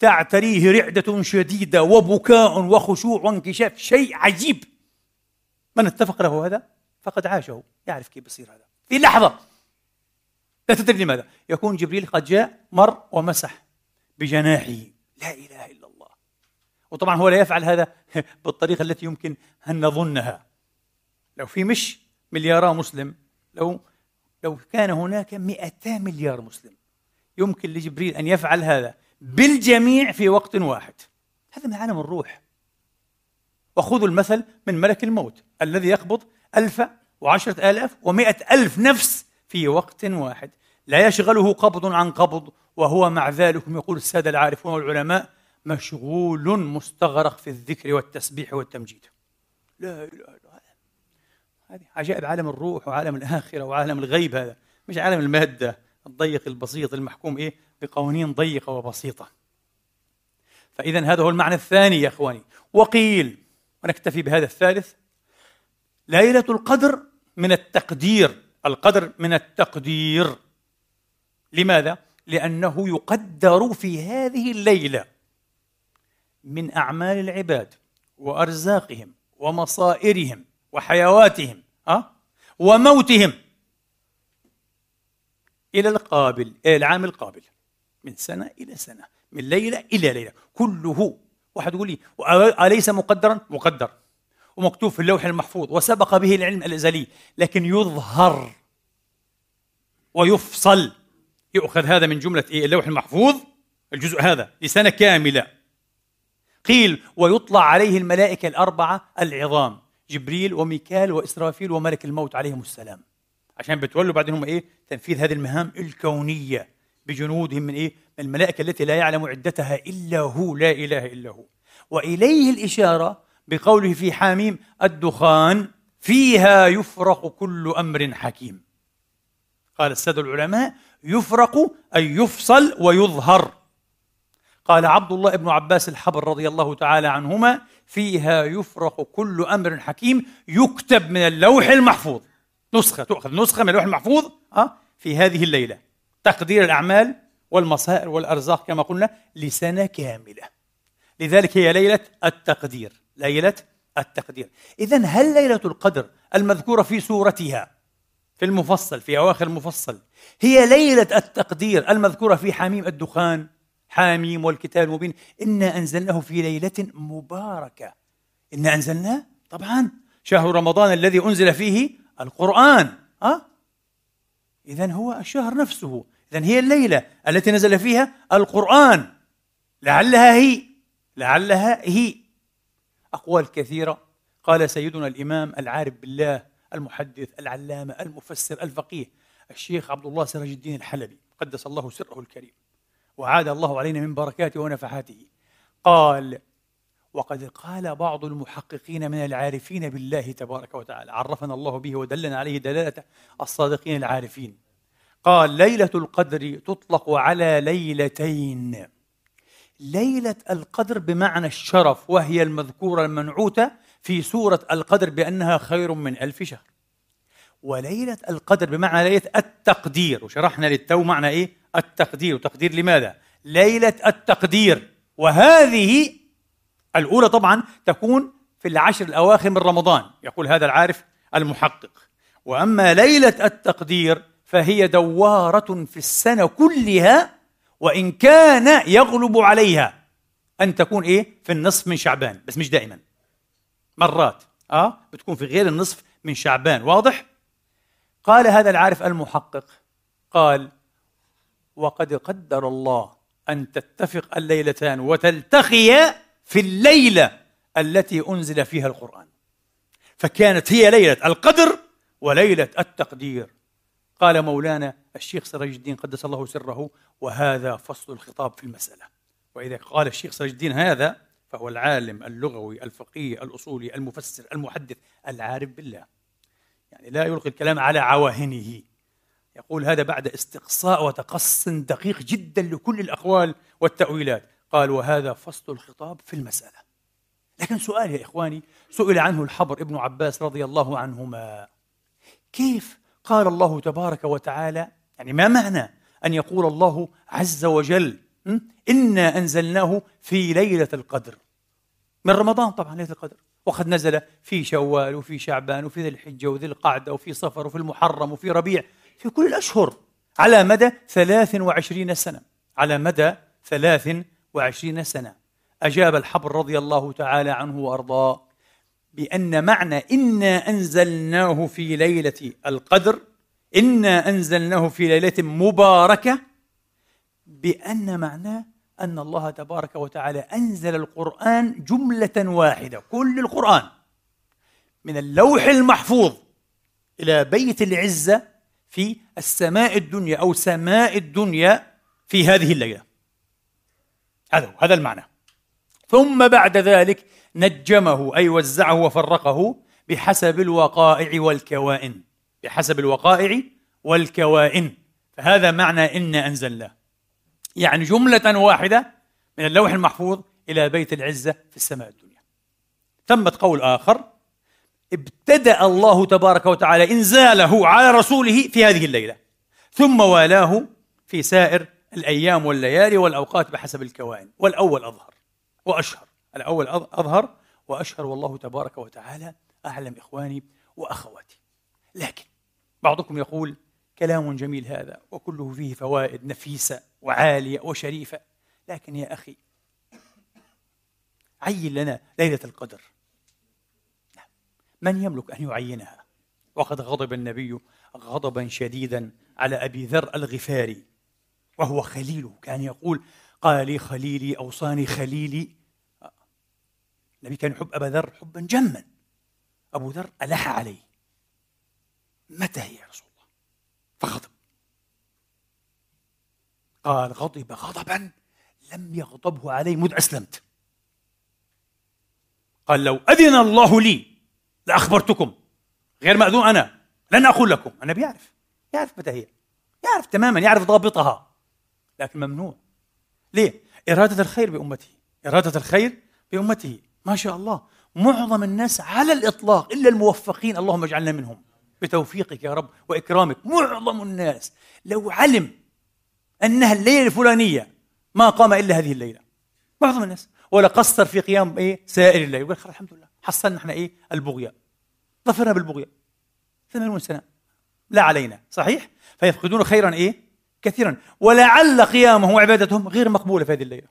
تعتريه رعدة شديدة وبكاء وخشوع وانكشاف، شيء عجيب. من اتفق له هذا فقد عاشه، يعرف كيف بصير هذا في لحظة لا تدري لماذا. يكون جبريل قد جاء مر ومسح بجناحه، لا إله إلا الله. وطبعا هو لا يفعل هذا بالطريقة التي يمكن أن نظنها. لو في مش مليارا مسلم، لو لو كان هناك مئتا مليار مسلم، يمكن لجبريل أن يفعل هذا بالجميع في وقت واحد. هذا من عالم الروح. وخذوا المثل من ملك الموت الذي يقبض ألف وعشرة آلاف ومئة ألف نفس في وقت واحد، لا يشغله قبض عن قبض، وهو مع ذلك يقول السادة العارفون والعلماء مشغول مستغرق في الذكر والتسبيح والتمجيد. لا إله إلا الله. هذه عجائب عالم الروح وعالم الآخرة وعالم الغيب، هذا مش عالم المادة الضيق البسيط المحكوم إيه بقوانين ضيقة وبسيطة. فإذا هذا هو المعنى الثاني يا أخواني. وقيل، ونكتفي بهذا الثالث، ليلة القدر من التقدير. القدر من التقدير. لماذا؟ لأنه يقدر في هذه الليلة من أعمال العباد وأرزاقهم ومصائرهم وحيواتهم أه؟ وموتهم إلى القابل، إلى العام القابل، من سنة إلى سنة، من ليلة إلى ليلة، كله. واحد يقول لي أليس مقدرا؟ مقدر ومكتوب في اللوح المحفوظ وسبق به العلم الأزلي، لكن يظهر ويفصل. يؤخذ هذا من جملة إيه؟ اللوح المحفوظ، الجزء هذا لسنة كاملة. قيل ويطلع عليه الملائكة الأربعة العظام، جبريل وميكال وإسرافيل وملك الموت عليهم السلام، عشان بتولوا بعدين هم إيه؟ تنفيذ هذه المهام الكونية بجنودهم من إيه؟ من الملائكة التي لا يعلم عدتها إلا هو، لا إله إلا هو. وإليه الإشارة بقوله في حاميم الدخان فيها يفرق كل أمر حكيم. قال السادة العلماء يفرق أي يفصل ويظهر. قال عبد الله بن عباس الحبر رضي الله تعالى عنهما فيها يفرق كل أمر حكيم يكتب من اللوح المحفوظ. نسخة، تؤخذ نسخة من اللوح المحفوظ أه؟ في هذه الليلة، تقدير الأعمال والمصائر والأرزاق كما قلنا لسنة كاملة. لذلك هي ليلة التقدير، ليلة التقدير. إذن هل ليلة القدر المذكورة في سورتها في المفصل في أواخر المفصل هي ليلة التقدير المذكورة في حميم الدخان؟ حاميم والكتاب المبين إنا أنزلناه في ليلة مباركة. إنا أنزلناه طبعا شهر رمضان الذي أنزل فيه القرآن أه؟ إذن هو الشهر نفسه، إذن هي الليلة التي نزل فيها القرآن. لعلها هي لعلها هي أقوال كثيرة. قال سيدنا الإمام العارف بالله المحدث العلامة المفسر الفقيه الشيخ عبد الله سراج الدين الحلبي قدس الله سره الكريم وعاد الله علينا من بركاته ونفحاته، قال وقد قال بعض المحققين من العارفين بالله تبارك وتعالى، عرفنا الله به ودلنا عليه دلالة الصادقين العارفين، قال ليلة القدر تطلق على ليلتين: ليلة القدر بمعنى الشرف وهي المذكورة المنعوتة في سورة القدر بأنها خير من ألف شهر، وليلة القدر بمعنى ليلة التقدير، وشرحنا للتو معنى إيه التقدير، وتقدير لماذا؟ ليلة التقدير. وهذه الأولى طبعا تكون في العشر الأواخر من رمضان، يقول هذا العارف المحقق. وأما ليلة التقدير فهي دوارة في السنة كلها، وإن كان يغلب عليها أن تكون إيه في النصف من شعبان، بس مش دائما، مرات آه بتكون في غير النصف من شعبان. واضح؟ قال هذا العارف المحقق، قال وقد قدر الله أن تتفق الليلتان وتلتقيا في الليلة التي أنزل فيها القرآن، فكانت هي ليلة القدر وليلة التقدير. قال مولانا الشيخ سراج الدين قدس الله سره وهذا فصل الخطاب في المسألة. وإذا قال الشيخ سراج الدين هذا فهو العالم اللغوي الفقيه الأصولي المفسر المحدث العارف بالله، يعني لا يلقي الكلام على عواهنه، يقول هذا بعد استقصاء وتقص دقيق جدا لكل الأقوال والتأويلات. قال وهذا فصل الخطاب في المسألة. لكن سؤال يا إخواني سئل عنه الحبر ابن عباس رضي الله عنهما، كيف قال الله تبارك وتعالى، يعني ما معنى أن يقول الله عز وجل إنا أنزلناه في ليلة القدر، من رمضان طبعا ليلة القدر، وقد نزل في شوال وفي شعبان وفي ذي الحجة وذي القعدة وفي صفر وفي المحرم وفي ربيع، في كل الأشهر، على مدى ثلاث وعشرين سنة، على مدى ثلاث وعشرين سنة. أجاب الحبر رضي الله تعالى عنه وأرضاه بأن معنى إنا أنزلناه في ليلة القدر، إنا أنزلناه في ليلة مباركة، بأن معناه أن الله تبارك وتعالى أنزل القرآن جملة واحدة، كل القرآن من اللوح المحفوظ إلى بيت العزة في السماء الدنيا أو سماء الدنيا في هذه الليلة. هذا هذا المعنى. ثم بعد ذلك نجمه أي وزعه وفرقه بحسب الوقائع والكوائن، بحسب الوقائع والكوائن. فهذا معنى إنا أنزلناه، يعني جملة واحدة من اللوح المحفوظ إلى بيت العزة في السماء الدنيا. ثمة قول آخر: ابتدأ الله تبارك وتعالى إنزاله على رسوله في هذه الليلة، ثم والاه في سائر الأيام والليالي والأوقات بحسب الكوائن. والأول أظهر وأشهر، الأول أظهر وأشهر، والله تبارك وتعالى أعلم إخواني وأخواتي. لكن بعضكم يقول: كلام جميل هذا وكله فيه فوائد نفيسة وعالية وشريفة، لكن يا أخي عين لنا ليلة القدر. من يملك أن يعينها؟ وقد غضب النبي غضبا شديدا على أبي ذر الغفاري وهو خليله، كان يقول: قال لي خليلي أوصاني خليلي. النبي كان يحب أبا ذر حبا جما، أبو ذر ألح عليه: متى هي يا رسول الله؟ فغضب، قال: غضب غضبا لم يغضبه علي مذ أسلمت. قال: لو أذن الله لي لأخبرتكم، غير مأذون أنا لن أقول لكم. النبي يعرف يعرف متى هي، يعرف تماما، يعرف ضابطها، لكن ممنوع. ليه؟ إرادة الخير بأمته، إرادة الخير بأمته. ما شاء الله معظم الناس على الإطلاق إلا الموفقين، اللهم اجعلنا منهم بتوفيقك يا رب وإكرامك، معظم الناس لو علم أنها الليلة الفلانية ما قام إلا هذه الليلة، معظم الناس، ولا قصر في قيام إيه سائر الليل، يقول: الحمد لله حصلنا احنا إيه البغية، ظفرنا بالبغية ثمانون سنة لا علينا، صحيح؟ فيفقدون خيرا إيه كثيرا، ولعل قيامهم وعبادتهم غير مقبولة في هذه الليلة،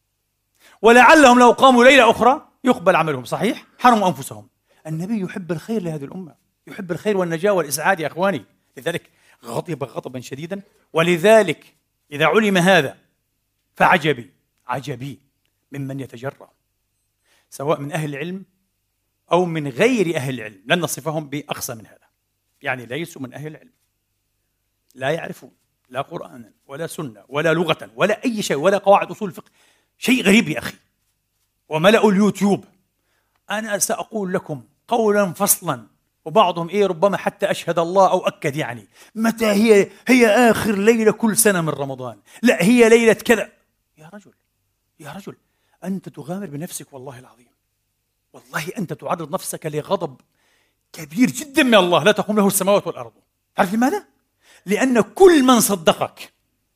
ولعلهم لو قاموا ليلة أخرى يقبل عملهم، صحيح؟ حرموا أنفسهم. النبي يحب الخير لهذه الأمة، يحب الخير والنجاة والإسعاد يا أخواني، لذلك غضب غضبا شديدا. ولذلك إذا علم هذا فعجبي عجبي ممن يتجرأ، سواء من أهل العلم أو من غير أهل العلم، لن نصفهم بأقصى من هذا، يعني ليسوا من أهل العلم، لا يعرفون لا قرآنا ولا سنة ولا لغة ولا أي شيء ولا قواعد أصول الفقه، شيء غريب يا أخي، وملأوا اليوتيوب. أنا سأقول لكم قولا فصلا، وبعضهم إيه ربما حتى أشهد الله أو أكد، يعني متى هي هي آخر ليلة كل سنة من رمضان، لا هي ليلة كذا. يا رجل يا رجل أنت تغامر بنفسك، والله العظيم، والله أنت تعرض نفسك لغضب كبير جدا من الله لا تقوم له السماوات والأرض. تعرف لماذا؟ لأن كل من صدقك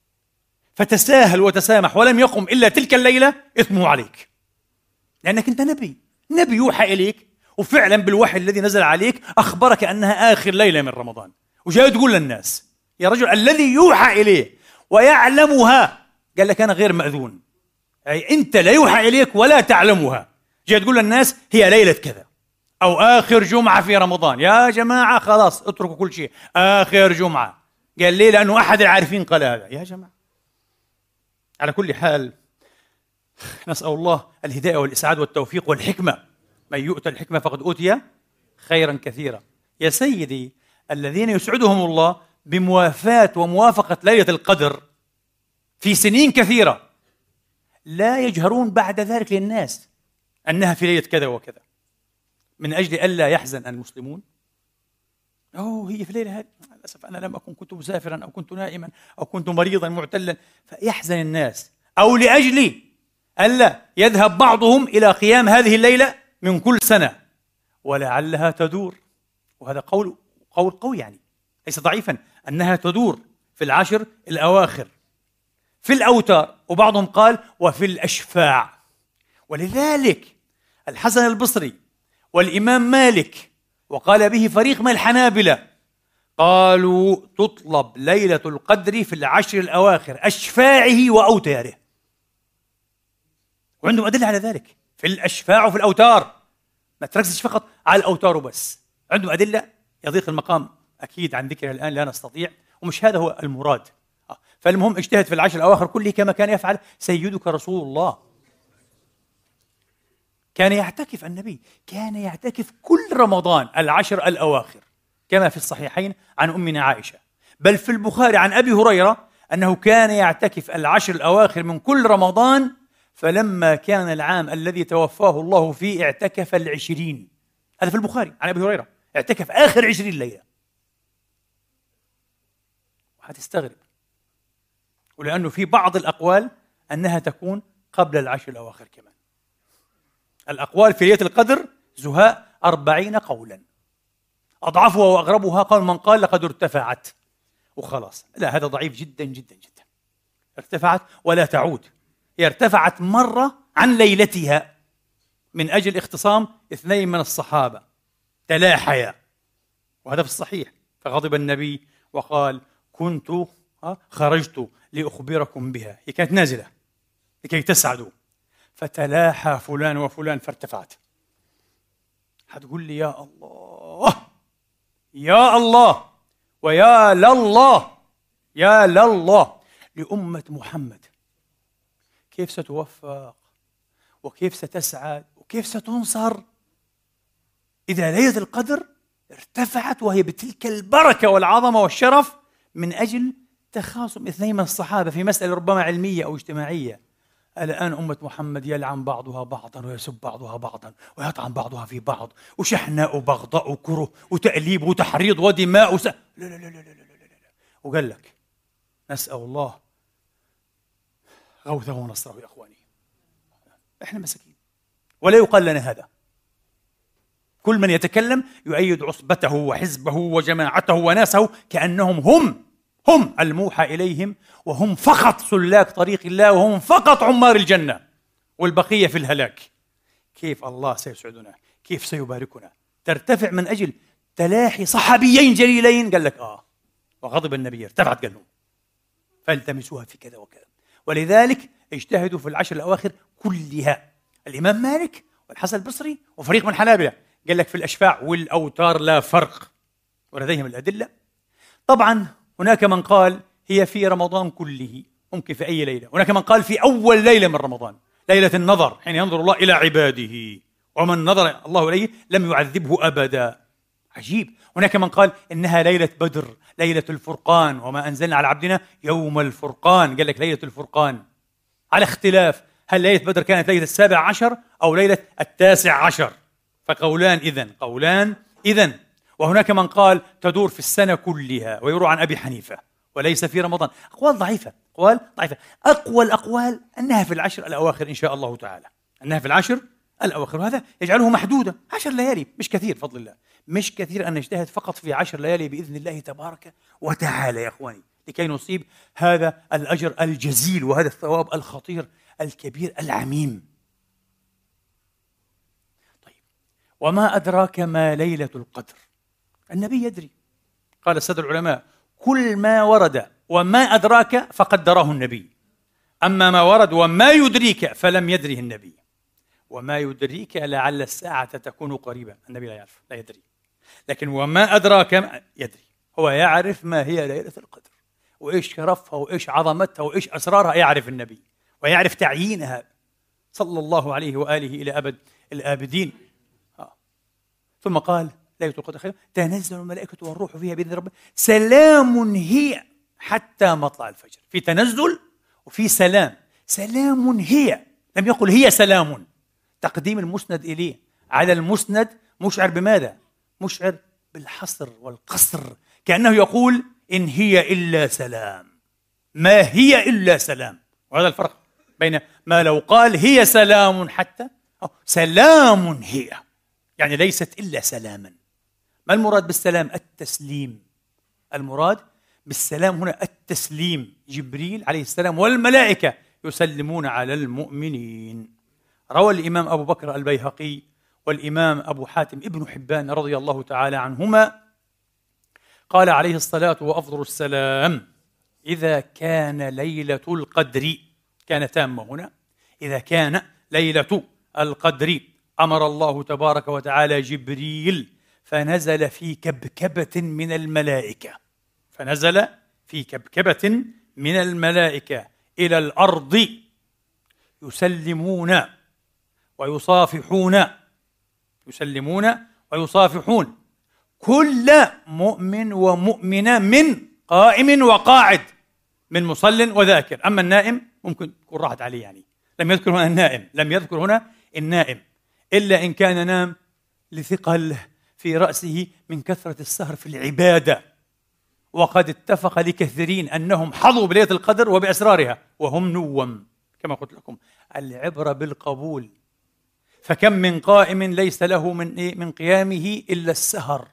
فتساهل وتسامح ولم يقم إلا تلك الليلة إثمه عليك، لأنك أنت نبي نبي يوحى إليك، وفعلا بالوحي الذي نزل عليك أخبرك أنها آخر ليلة من رمضان، وجاي تقول للناس يا رجل الذي يوحى إليه ويعلمها، قال لك أنا غير مأذون، أي أنت لا يوحى إليك ولا تعلمها، جاي تقول للناس هي ليلة كذا أو آخر جمعة في رمضان. يا جماعة خلاص اتركوا كل شيء، آخر جمعة. قال ليه؟ لأنه أحد العارفين قال هذا. يا جماعة على كل حال نسأل الله الهداية والإسعاد والتوفيق والحكمة، من يؤتى الحكمة فقد أوتي خيرا كثيرا. يا سيدي الذين يسعدهم الله بموافاة وموافقة ليلة القدر في سنين كثيرة لا يجهرون بعد ذلك للناس أنها في ليلة كذا وكذا، من أجل ألا يحزن المسلمون. أوه هي في ليلة هذه، للأسف أنا لم أكن، كنت مسافرا أو كنت نائما أو كنت مريضا معتلا، فيحزن الناس، أو لأجل ألا يذهب بعضهم إلى قيام هذه الليلة من كل سنة ولعلها تدور. وهذا قول قول قوي، يعني ليس ضعيفا، أنها تدور في العشر الأواخر. في الأوتار، وبعضهم قال وفي الأشفاع. ولذلك الحسن البصري والإمام مالك وقال به فريق من الحنابلة قالوا تطلب ليلة القدر في العشر الأواخر أشفاعه وأوتاره، وعندهم أدلة على ذلك في الأشفاع وفي الأوتار، ما تركزش فقط على الأوتار بس، عندهم أدلة يضيق المقام أكيد عن ذكرها الآن لا نستطيع، ومش هذا هو المراد. فالمهم اجتهد في العشر الأواخر كله كما كان يفعل سيدك رسول الله. كان يعتكف النبي، كان يعتكف كل رمضان العشر الأواخر كما في الصحيحين عن أمنا عائشة، بل في البخاري عن أبي هريرة أنه كان يعتكف العشر الأواخر من كل رمضان، فلما كان العام الذي توفاه الله فيه اعتكف العشرين. هذا في البخاري عن أبي هريرة، اعتكف آخر عشرين ليلة. وهتستغرب، ولأنه في بعض الأقوال أنها تكون قبل العشر الأواخر كمان. الأقوال في ليلة القدر زهاء أربعين قولا، أضعفها وأغربها قول من قال لقد ارتفعت وخلاص. لا، هذا ضعيف جدا جدا جدا. ارتفعت ولا تعود، هي ارتفعت مرة عن ليلتها من أجل اختصام اثنين من الصحابة تلاحيا، وهذا في الصحيح. فغضب النبي وقال كنت خرجت لأخبركم بها، هي كانت نازلة لكي تسعدوا، فتلاحى فلان وفلان فارتفعت. هتقول لي يا الله يا الله ويا لله يا لله لأمة محمد، كيف ستوفق وكيف ستسعد وكيف ستنصر إذا ليلة القدر ارتفعت وهي بتلك البركة والعظمة والشرف من أجل تخاصم اثنين من الصحابة في مسألة ربما علمية أو اجتماعية. الآن أمة محمد يلعن بعضها بعضا ويسب بعضها بعضا ويطعن بعضها في بعض، وشحناء وبغضاء وكره وتأليب وتحريض ودماء وس... لا لا لا لا لا لا لا. وقال لك نسأل الله غوثه ونصره يا أخواني، إحنا مساكين ولا يقال لنا هذا. كل من يتكلم يؤيد عصبته وحزبه وجماعته وناسه كأنهم هم هم الموحى إليهم، وهم فقط سلاك طريق الله، وهم فقط عمار الجنة والبقية في الهلاك. كيف الله سيسعدنا؟ كيف سيباركنا؟ ترتفع من أجل تلاحي صحابيين جليلين. قال لك آه وغضب النبي ارتفعت قال لهم فالتمسوها في كذا وكذا. ولذلك اجتهدوا في العشر الأواخر كلها. الإمام مالك والحسن البصري وفريق من حنابلة قال لك في الأشفاع والأوتار لا فرق، ولديهم الأدلة. طبعا هناك من قال هي في رمضان كله، ممكن في أي ليلة. هناك من قال في أول ليلة من رمضان، ليلة النظر، حين ينظر الله إلى عباده، ومن نظر الله إليه لم يعذبه أبدا. عجيب. هناك من قال إنها ليلة بدر، ليلة الفرقان، وما أنزلنا على عبدنا يوم الفرقان. قال لك ليلة الفرقان، على اختلاف هل ليلة بدر كانت ليلة السابع عشر أو ليلة التاسع عشر، فقولان إذن قولان إذن. وهناك من قال تدور في السنة كلها، ويروى عن أبي حنيفة وليس في رمضان. أقوال ضعيفة، أقوال ضعيفة. أقوى الأقوال أنها في العشر الأواخر إن شاء الله تعالى، أنها في العشر الأواخر، وهذا يجعله محدودة. عشر ليالي مش كثير فضل الله، مش كثير أن نجتهد فقط في عشر ليالي بإذن الله تبارك وتعالى يا إخواني، لكي نصيب هذا الأجر الجزيل وهذا الثواب الخطير الكبير العميم. طيب، وما أدراك ما ليلة القدر؟ النبي يدري. قال السادة العلماء كل ما ورد وما أدراك فقدره النبي، أما ما ورد وما يدريك فلم يدره النبي. وما يدريك لعل الساعة تكون قريبة، النبي لا يعرف، لا يدري. لكن وما أدراك يدري، هو يعرف ما هي ليلة القدر وإيش شرفها وإيش عظمتها وإيش أسرارها، يعرف النبي ويعرف تعيينها صلى الله عليه وآله إلى أبد الآبدين. آه. ثم قال ليلة القدر خير، تنزل الملائكة والروح فيها بإذن ربهم سلام هي حتى مطلع الفجر. في تنزل وفي سلام. سلام هي، لم يقل هي سلام. تقديم المسند إليه على المسند مشعر بماذا؟ مشعر بالحصر والقصر، كأنه يقول إن هي إلا سلام، ما هي إلا سلام. وهذا الفرق بين ما لو قال هي سلام حتى أو سلام هي، يعني ليست إلا سلاما. ما المراد بالسلام؟ التسليم. المراد بالسلام هنا التسليم، جبريل عليه السلام والملائكة يسلمون على المؤمنين. روى الإمام أبو بكر البيهقي والإمام أبو حاتم ابن حبان رضي الله تعالى عنهما قال عليه الصلاة وأفضل السلام: إذا كان ليلة القدر، كان تامة هنا، إذا كان ليلة القدر أمر الله تبارك وتعالى جبريل فنزل في كبكبة من الملائكة، فنزل في كبكبة من الملائكة إلى الأرض يسلمون ويصافحون يسلمون ويصافحون كل مؤمن ومؤمنة من قائم وقاعد، من مصل وذاكر. أما النائم ممكن تكون راحت عليه، يعني لم يذكر هنا النائم، لم يذكر هنا النائم إلا إن كان نام لثقل في رأسه من كثرة السهر في العبادة، وقد اتفق لكثيرين أنهم حظوا بليلة القدر وبأسرارها وهم نوم. كما قلت لكم العبرة بالقبول، فكم من قائم ليس له من إيه؟ من قيامه إلا السهر،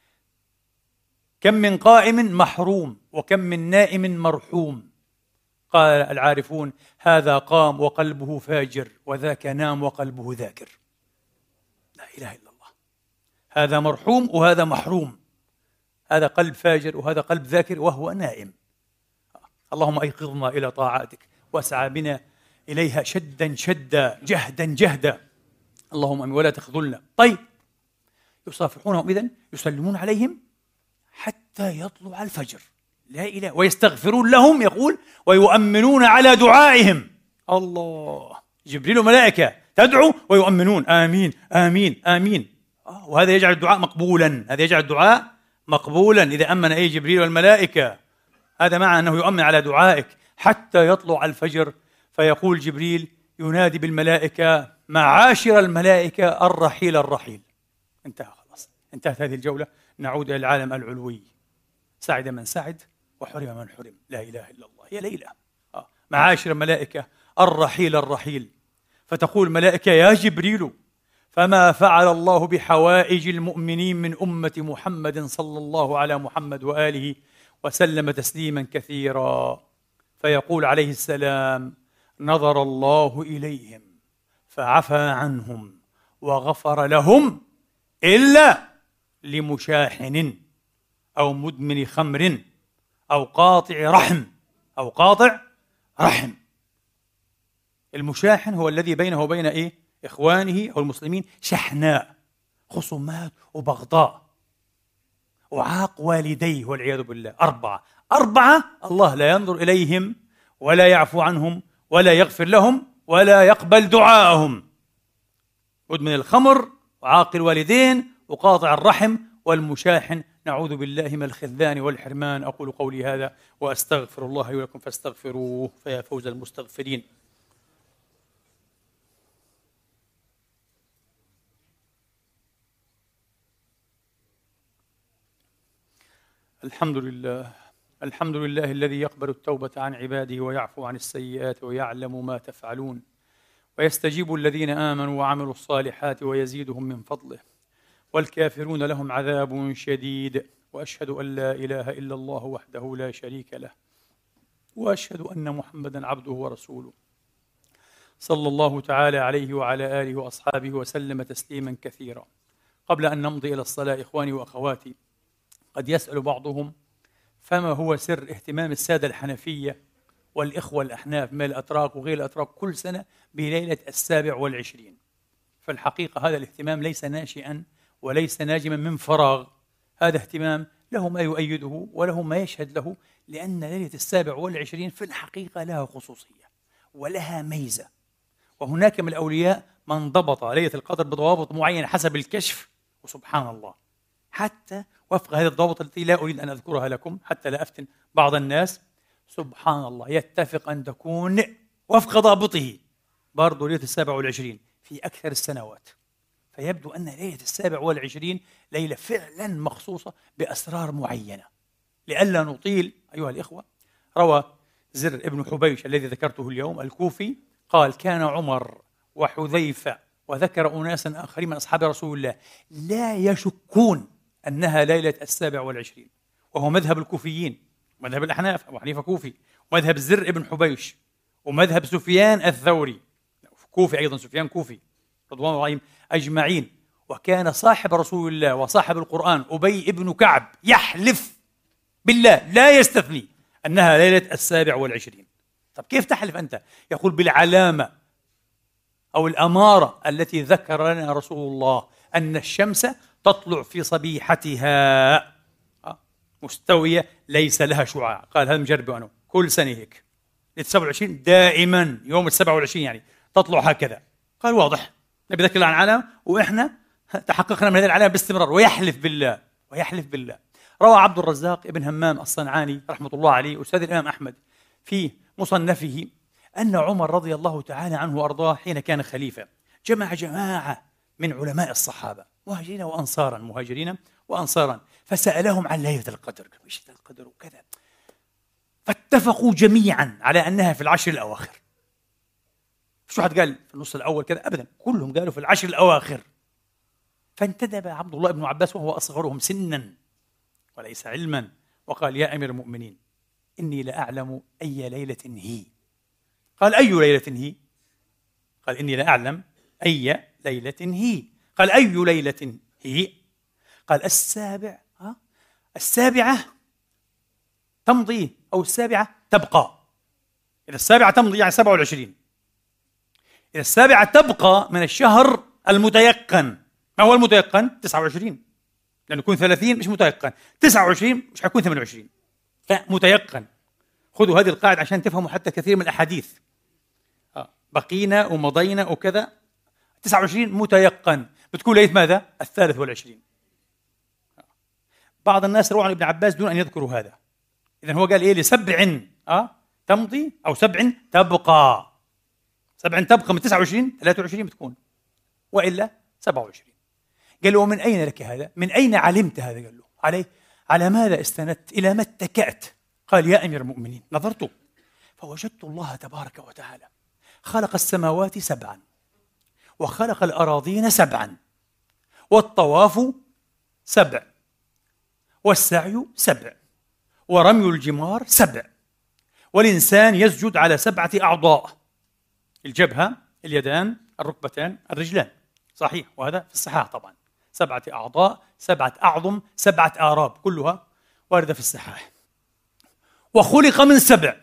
كم من قائم محروم وكم من نائم مرحوم. قال العارفون: هذا قام وقلبه فاجر، وذاك نام وقلبه ذاكر. لا إله إلا الله. هذا مرحوم وهذا محروم، هذا قلب فاجر وهذا قلب ذاكر وهو نائم. اللهم أيقظنا إلى طاعاتك واسعى بنا إليها شدا شدا، جهدا جهدا، اللهم أمين، ولا تخذلنا. طيب، يصافحونهم إذن، يسلمون عليهم حتى يطلع الفجر، لا إله، ويستغفرون لهم، يقول ويؤمنون على دعائهم. الله، جبريل وملائكة تدعو ويؤمنون، آمين آمين آمين. آه وهذا يجعل الدعاء مقبولا، هذا يجعل الدعاء مقبولا إذا أمن أي جبريل والملائكة، هذا معنى أنه يؤمن على دعائك حتى يطلع الفجر. فيقول جبريل ينادي بالملائكة: معاشر الملائكة، الرحيل الرحيل. انتهى خلاص، انتهت هذه الجولة، نعود إلى العالم العلوي. سعد من سعد وحرم من حرم، لا إله إلا الله. هي ليلة آه. معاشر الملائكة، الرحيل الرحيل. فتقول الملائكة: يا جبريل، فما فعل الله بحوائج المؤمنين من أمة محمد صلى الله على محمد وآله وسلم تسليما كثيرا. فيقول عليه السلام: نظر الله إليهم فعفى عنهم وغفر لهم إلا لمشاحن أو مدمن خمر أو قاطع رحم أو قاطع رحم. المشاحن هو الذي بينه وبين إيه؟ إخوانه أو المسلمين شحناء، خصومات وبغضاء، وعاق والديه والعياذ بالله. أربعة أربعة الله لا ينظر إليهم ولا يعفو عنهم ولا يغفر لهم ولا يقبل دعاءهم: مدمن الخمر وعاق الوالدين وقاطع الرحم والمشاحن، نعوذ بالله من الخذلان والحرمان. أقول قولي هذا وأستغفر الله لي ولكم فاستغفروه فيا فوز المستغفرين. الحمد لله الحمد لله الذي يقبل التوبة عن عباده ويعفو عن السيئات ويعلم ما تفعلون، ويستجيب الذين آمنوا وعملوا الصالحات ويزيدهم من فضله، والكافرون لهم عذاب شديد. وأشهد أن لا إله إلا الله وحده لا شريك له، وأشهد أن محمدًا عبده ورسوله، صلى الله تعالى عليه وعلى آله وأصحابه وسلم تسليما كثيرا. قبل أن نمضي إلى الصلاة إخواني وأخواتي، قد يسأل بعضهم: فما هو سر اهتمام السادة الحنفية والإخوة الأحناف من الأتراك وغير الأتراك كل سنة بليلة السابع والعشرين؟ فالحقيقة هذا الاهتمام ليس ناشئا وليس ناجما من فراغ، هذا اهتمام له ما يؤيده وله ما يشهد له، لأن ليلة السابع والعشرين في الحقيقة لها خصوصية ولها ميزة. وهناك من الأولياء من ضبط ليلة القدر بضوابط معينة حسب الكشف، وسبحان الله حتى وفق هذه الضوابط التي لا أريد أن أذكرها لكم حتى لا أفتن بعض الناس، سبحان الله يتفق أن تكون وفق ضابطه برضو ليلة السابع والعشرين في أكثر السنوات. فيبدو أن ليلة السابع والعشرين ليلة فعلا مخصوصة بأسرار معينة. لئلا نطيل أيها الإخوة، روى زر ابن حبيش الذي ذكرته اليوم الكوفي قال: كان عمر وحذيفة وذكر أناسا آخرين من أصحاب رسول الله لا يشكون أنها ليلة السابع والعشرين، وهو مذهب الكوفيين ومذهب الأحناف أبو حنيفة كوفي، ومذهب زر ابن حبيش، ومذهب سفيان الثوري كوفي أيضا، سفيان كوفي رضوان الله عليهم أجمعين. وكان صاحب رسول الله وصاحب القرآن أبي ابن كعب يحلف بالله لا يستثني أنها ليلة السابع والعشرين. طب كيف تحلف أنت؟ يقول بالعلامة أو الأمارة التي ذكر لنا رسول الله أن الشمس تطلع في صبيحتها مستوية ليس لها شعاع. قال هذا مجربه أنا كل سنة هيك السبع والعشرين دائما يوم السبع والعشرين يعني تطلع هكذا. قال واضح، نبي ذكر عن علامة وإحنا تحققنا من هذه العلامة باستمرار. ويحلف بالله ويحلف بالله. روى عبد الرزاق ابن همام الصنعاني رحمة الله عليه أستاذ الإمام أحمد في مصنفه أن عمر رضي الله تعالى عنه وأرضاه حين كان خليفة جمع جماعة من علماء الصحابة مهاجرين وأنصارا مهاجرين وأنصارا فسألهم عن ليلة القدر، ايش ليلة القدر وكذا، فاتفقوا جميعا على أنها في العشر الأواخر. شو حد قال في النص الأول كذا؟ أبدا، كلهم قالوا في العشر الأواخر. فانتدب عبد الله بن عباس وهو أصغرهم سنا وليس علما وقال يا أمير المؤمنين إني لأعلم أي ليلة هي. قال أي ليلة هي؟ قال إني لأعلم أي ليلة هي. قال أي ليلة هي؟ قال السابع ها؟ السابعة تمضي أو السابعة تبقى. إذا السابعة تمضي يعني سبعة والعشرين. إذا السابعة تبقى من الشهر المتيقن. ما هو المتيقن؟ تسعة وعشرين، لأنه يكون ثلاثين مش متيقن، تسعة وعشرين مش حيكون ثمانية وعشرين، فمتيقن. خذوا هذه القاعدة عشان تفهموا حتى كثير من الأحاديث. آه. بقينا ومضينا وكذا، تسعة وعشرين متيقن، بتكون ليلة ماذا؟ الثالث والعشرين. آه. بعض الناس رووا عن ابن عباس دون أن يذكروا هذا. إذن هو قال إيه؟ لسبع آه تمضي أو سبع تبقى. سبع تبقى من تسعة وعشرين ثلاثة وعشرين بتكون، وإلا سبعة وعشرين. قال له ومن أين لك هذا؟ من أين علمت هذا؟ قال له عليه على ماذا استندت؟ إلى ما اتكأت؟ قال يا أمير المؤمنين نظرت فوجدت الله تبارك وتعالى خلق السماوات سبعا وخلق الأراضين سبعا والطواف سبع والسعي سبع ورمي الجمار سبع والإنسان يسجد على سبعة أعضاء: الجبهة، اليدان، الركبتان، الرجلان. صحيح، وهذا في الصحاح طبعا. سبعة أعضاء، سبعة أعظم، سبعة آراب، كلها واردة في الصحاح. وخلق من سبع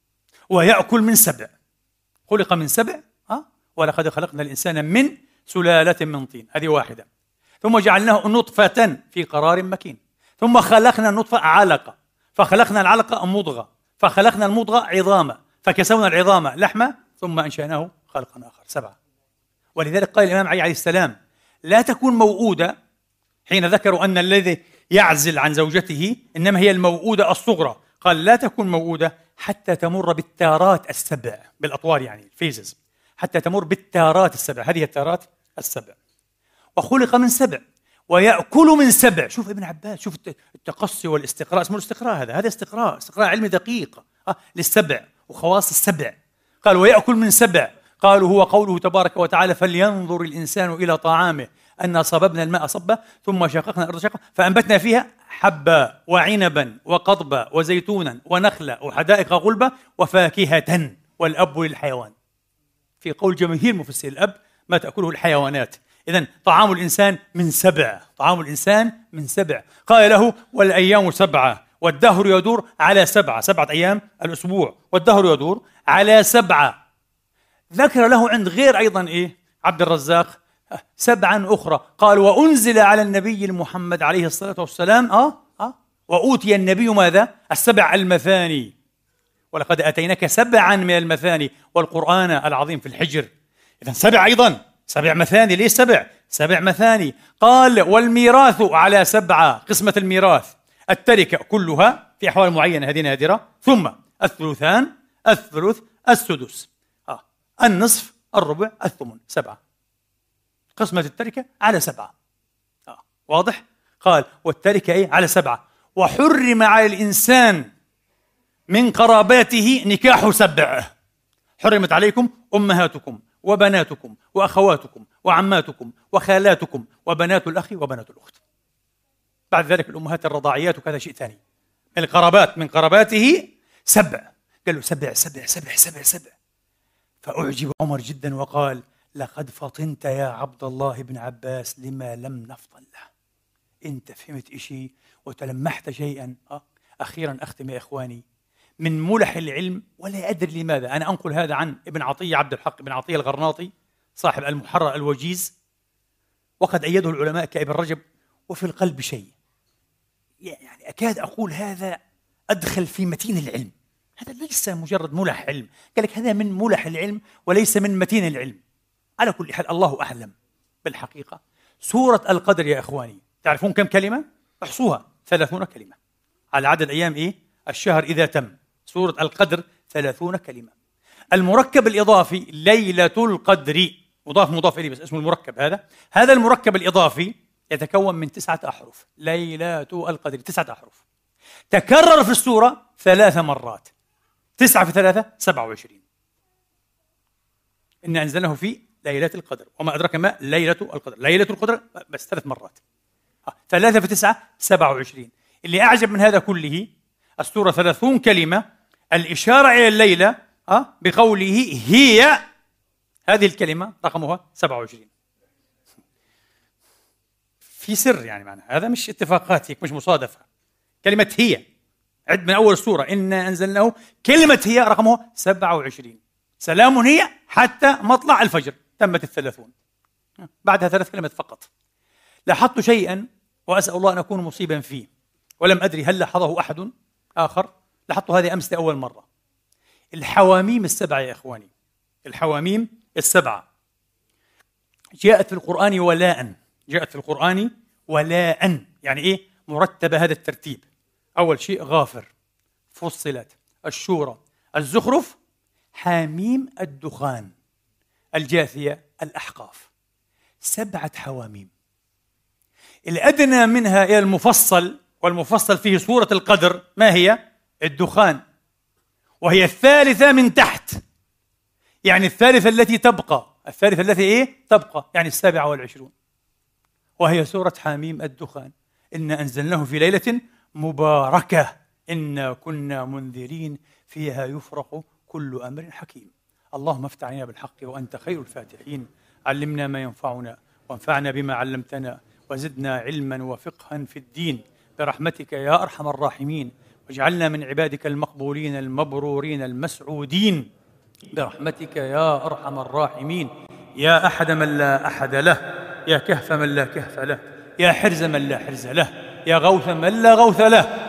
ويأكل من سبع. خلق من سبع أه؟ ولقد خلقنا الإنسان من سلالة من طين، هذه واحدة. ثم جعلناه نطفة في قرار مكين، ثم خلقنا النطفة علقة، فخلقنا العلقة مضغة، فخلقنا المضغة عظاما، فكسونا العظام لحمة، ثم أنشأناه خلقا آخر. سبعة. ولذلك قال الإمام علي عليه السلام لا تكون موؤودة، حين ذكروا أن الذي يعزل عن زوجته إنما هي الموؤودة الصغرى، قال لا تكون موؤودة حتى تمر بالتارات السبع، بالأطوار يعني الفيزز، حتى تمر بالتارات السبع، هذه التارات السبع. وخلق من سبع ويأكل من سبع. شوف ابن عباس، شوف التقصي والاستقراء، اسمه الاستقراء، هذا هذا استقراء، استقراء علمي دقيق أه للسبع وخواص السبع. قال ويأكل من سبع، قالوا هو قوله تبارك وتعالى فلينظر الإنسان إلى طعامه أنا صببنا الماء صبا ثم شققنا الأرض شقا فأنبتنا فيها حبا وعنبا وقضبا وزيتونا ونخلا وحدائق غلبا وفاكهة والأب للحيوان. في قول جماهير مفسري الأب ما تأكله الحيوانات. إذن طعام الإنسان من سبع، طعام الإنسان من سبع. قال له والأيام سبعة والدهر يدور على سبعة، سبعة أيام الأسبوع، والدهر يدور على سبعة. ذكر له عند غير أيضا إيه عبد الرزاق سبعا أخرى، قال وأنزل على النبي المحمد عليه الصلاة والسلام آه آه وأوتي النبي ماذا؟ السبع المثاني، ولقد أتيناك سبعا من المثاني والقرآن العظيم في الحجر. إذن سبع أيضا، سبع مثاني. ليش سبع؟ سبع مثاني. قال والميراث على سبعة، قسمة الميراث التركة كلها في أحوال معينة هذه نادرة، ثم الثلثان، الثلث، السدس، آه. النصف، الربع، الثمن، سبعة. قسمة التركة على سبعة. آه. واضح؟ قال والتركة إيه؟ على سبعة. وحرم على الإنسان من قراباته نكاح سبع. حرمت عليكم أمهاتكم وبناتكم وأخواتكم وعماتكم وخالاتكم وبنات الأخ وبنات الأخت. بعد ذلك الأمهات الرضاعيات وكذا شيء ثاني، القرابات من قراباته سبع. قال له سبع سبع سبع سبع سبع. فأعجب عمر جدا وقال لقد فطنت يا عبد الله بن عباس لما لم نفطن له. أنت فهمت إشي وتلمحت شيئا. أه؟ أخيرا أختم يا إخواني، من ملح العلم ولا أدري لماذا أنا أنقل هذا عن ابن عطية عبد الحق بن عطية الغرناطي صاحب المحرر الوجيز، وقد أيده العلماء كابن رجب، وفي القلب شيء يعني أكاد أقول هذا أدخل في متين العلم. هذا ليس مجرد ملح علم، قال لك هذا من ملح العلم وليس من متين العلم. على كل حال الله أعلم بالحقيقة. سورة القدر يا إخواني تعرفون كم كلمة؟ احصوها، ثلاثون كلمة على عدد أيام إيه؟ الشهر إذا تم. سورة القدر ثلاثون كلمة. المركب الإضافي ليلة القدر مضاف مضاف إليه بس اسمه المركب. هذا هذا المركب الإضافي يتكون من تسعة أحرف. ليلة القدر تسعة أحرف تكرر في السورة ثلاث مرات. تسعة في ثلاثة سبعة وعشرين. إن أنزلناه في ليلة القدر وما أدرك ما ليلة القدر. ليلة القدر بس ثلاث مرات. ثلاثة في تسعة سبعة وعشرين. اللي أعجب من هذا كله السورة ثلاثون كلمة، الإشارة إلى الليلة أه؟ بقوله هي، هذه الكلمة رقمها سبعة وعشرين. في سر يعني معنى هذا مش اتفاقات هيك، مش مصادفة. كلمة هي عد من أول السورة إنا أنزلناه، كلمة هي رقمه سبعة وعشرين. سلام هي حتى مطلع الفجر، تمت الثلاثون. بعدها ثلاث كلمات فقط. لاحظت شيئا وأسأل الله أن أكون مصيبا فيه ولم أدري هل لاحظه أحد آخر. لاحظت هذه أمس لأول مرة. الحواميم السبعة يا إخواني، الحواميم السبعة جاءت في القرآن ولاء. جاءت في القرآن ولاء يعني إيه؟ مرتبة هذا الترتيب. أول شيء غافر، فصلت، الشورى، الزخرف، حاميم، الدخان، الجاثية، الأحقاف. سبعة حواميم. الأدنى منها إلى المفصل، والمفصل فيه سورة القدر ما هي؟ الدخان، وهي الثالثة من تحت، يعني الثالثة التي تبقى، الثالثة التي إيه؟ تبقى، يعني السابعة والعشرون، وهي سورة حاميم الدخان. إنا أنزلناه في ليلة مباركة إنا كنا منذرين فيها يفرق كل أمر حكيم. اللهم افتح علينا بالحق وأنت خير الفاتحين. علمنا ما ينفعنا وانفعنا بما علمتنا وزدنا علما وفقها في الدين برحمتك يا أرحم الراحمين. واجعلنا من عبادك المقبولين المبرورين المسعودين برحمتك يا أرحم الراحمين. يا أحد من لا أحد له، يا كهف من لا كهف له، يا حرز من لا حرز له، يا غوث من لا غوث له.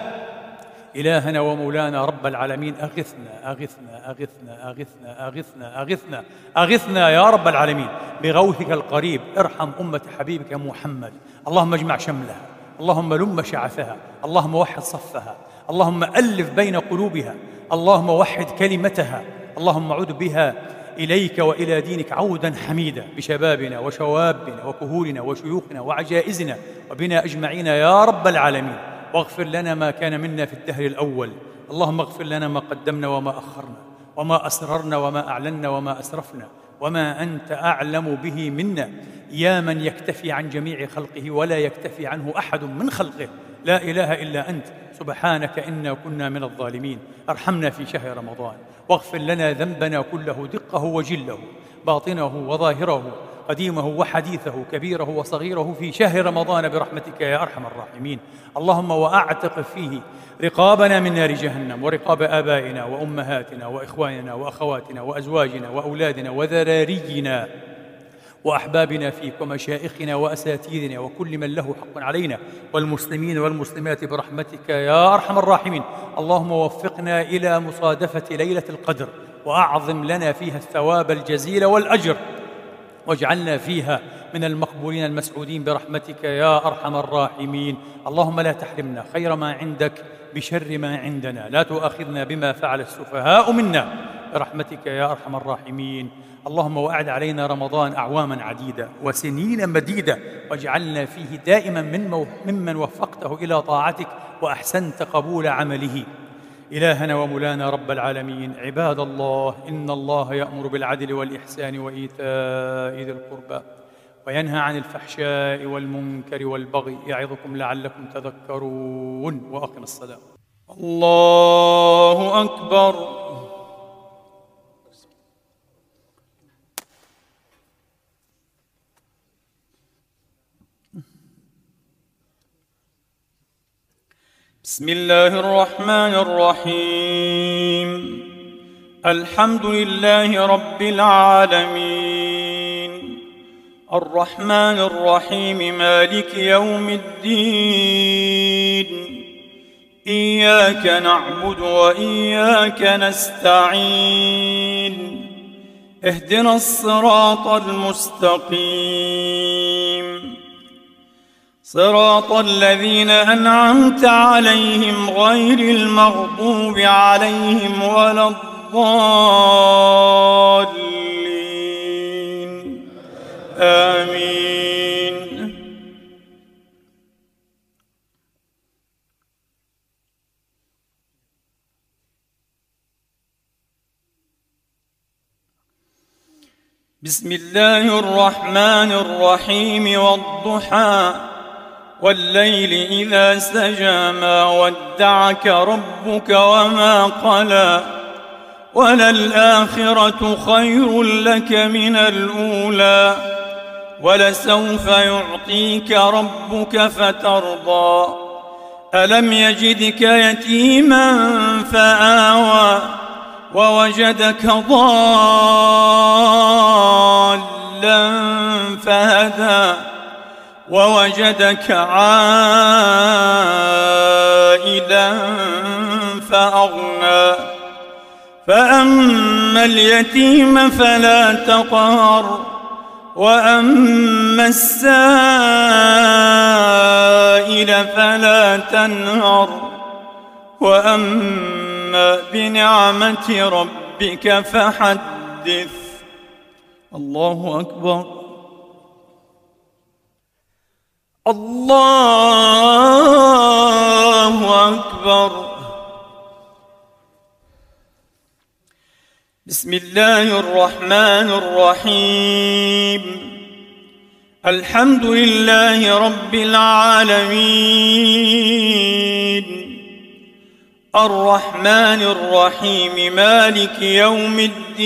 إلهنا ومولانا رب العالمين أغثنا أغثنا أغثنا أغثنا أغثنا أغثنا أغثنا يا رب العالمين بغوثك القريب. ارحم أمة حبيبك محمد. اللهم اجمع شملها، اللهم لم شعثها، اللهم وحد صفها، اللهم ألف بين قلوبها، اللهم وحد كلمتها، اللهم عد بها إليك وإلى دينك عودا حميدا بشبابنا وشوابنا وكهولنا وشيوخنا وعجائزنا وبنا أجمعين يا رب العالمين. واغفر لنا ما كان منا في الدهر الأول. اللهم اغفر لنا ما قدمنا وما أخرنا وما أسررنا وما أعلنا وما أسرفنا وما أنت أعلم به منا، يا من يكتفي عن جميع خلقه ولا يكتفي عنه أحد من خلقه. لا إله إلا أنت سبحانك إنا كنا من الظالمين. ارحمنا في شهر رمضان واغفر لنا ذنبنا كله دقه وجله، باطنه وظاهره، قديمه وحديثه، كبيره وصغيره في شهر رمضان برحمتك يا أرحم الراحمين. اللهم وأعتق فيه رقابنا من نار جهنم ورقاب آبائنا وأمهاتنا وإخواننا وأخواتنا وأزواجنا وأولادنا وذرارينا وأحبابنا فيك ومشائخنا وأساتذتنا وكل من له حق علينا والمسلمين والمسلمات برحمتك يا أرحم الراحمين. اللهم وفقنا إلى مصادفة ليلة القدر وأعظم لنا فيها الثواب الجزيل والأجر، واجعلنا فيها من المقبولين المسعودين برحمتك يا أرحم الراحمين. اللهم لا تحرمنا خير ما عندك بشر ما عندنا، لا تؤاخذنا بما فعل السفهاء منا برحمتك يا أرحم الراحمين. اللهم وأعد علينا رمضان أعواما عديدة وسنين مديدة، واجعلنا فيه دائما من ممن وفقته إلى طاعتك وأحسنت قبول عمله. إلهنا ومولانا رب العالمين، عباد الله، إن الله يأمر بالعدل والإحسان وإيتاء ذي القربى وينهى عن الفحشاء والمنكر والبغي يعظكم لعلكم تذكرون. وأقم الصلاة. الله أكبر. بسم الله الرحمن الرحيم. الحمد لله رب العالمين، الرحمن الرحيم، مالك يوم الدين. إياك نعبد وإياك نستعين. اهدنا الصراط المستقيم، صراط الذين أنعمت عليهم غير المغضوب عليهم ولا الضالين. آمين. بسم الله الرحمن الرحيم. والضحى والليل إذا سجى ما ودعك ربك وما قلى وللآخرة خير لك من الأولى ولسوف يعطيك ربك فترضى. ألم يجدك يتيما فآوى ووجدك ضالا فهدى ووجدك عائلا فأغنى. فأما اليتيم فلا تقهر وأما السائل فلا تنهر وأما بنعمة ربك فحدث. الله أكبر. الله أكبر. بسم الله الرحمن الرحيم. الحمد لله رب العالمين، الرحمن الرحيم، مالك يوم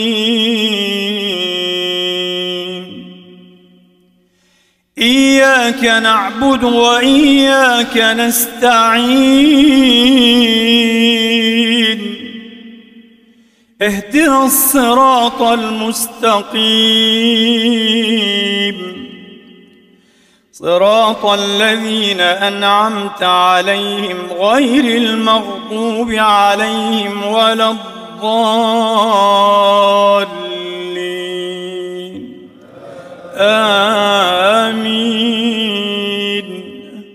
الدين. إياك نعبد وإياك نستعين. اهدنا الصراط المستقيم، صراط الذين أنعمت عليهم غير المغضوب عليهم ولا الضالين. آمين.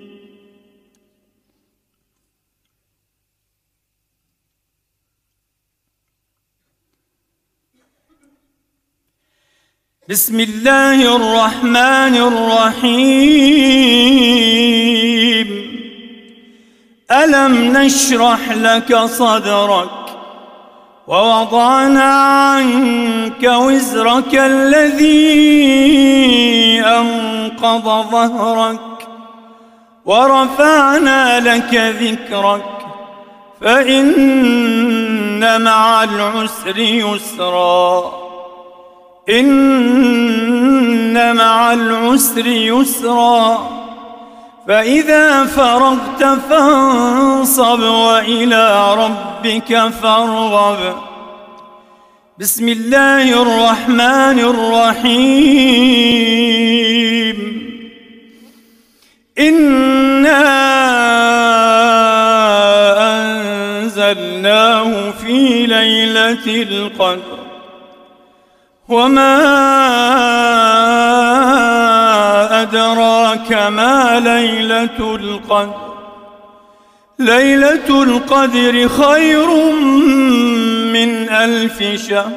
بسم الله الرحمن الرحيم. ألم نشرح لك صدرك ووضعنا عنك وزرك الذي أنقض ظهرك ورفعنا لك ذكرك فإن مع العسر يسرا إن مع العسر يسرا فإذا فرغت فانصب وإلى ربك فارغب. بسم الله الرحمن الرحيم. إنا أنزلناه في ليلة القدر وما أدراك ما ليلة القدر. ليلة القدر خير من ألف شهر.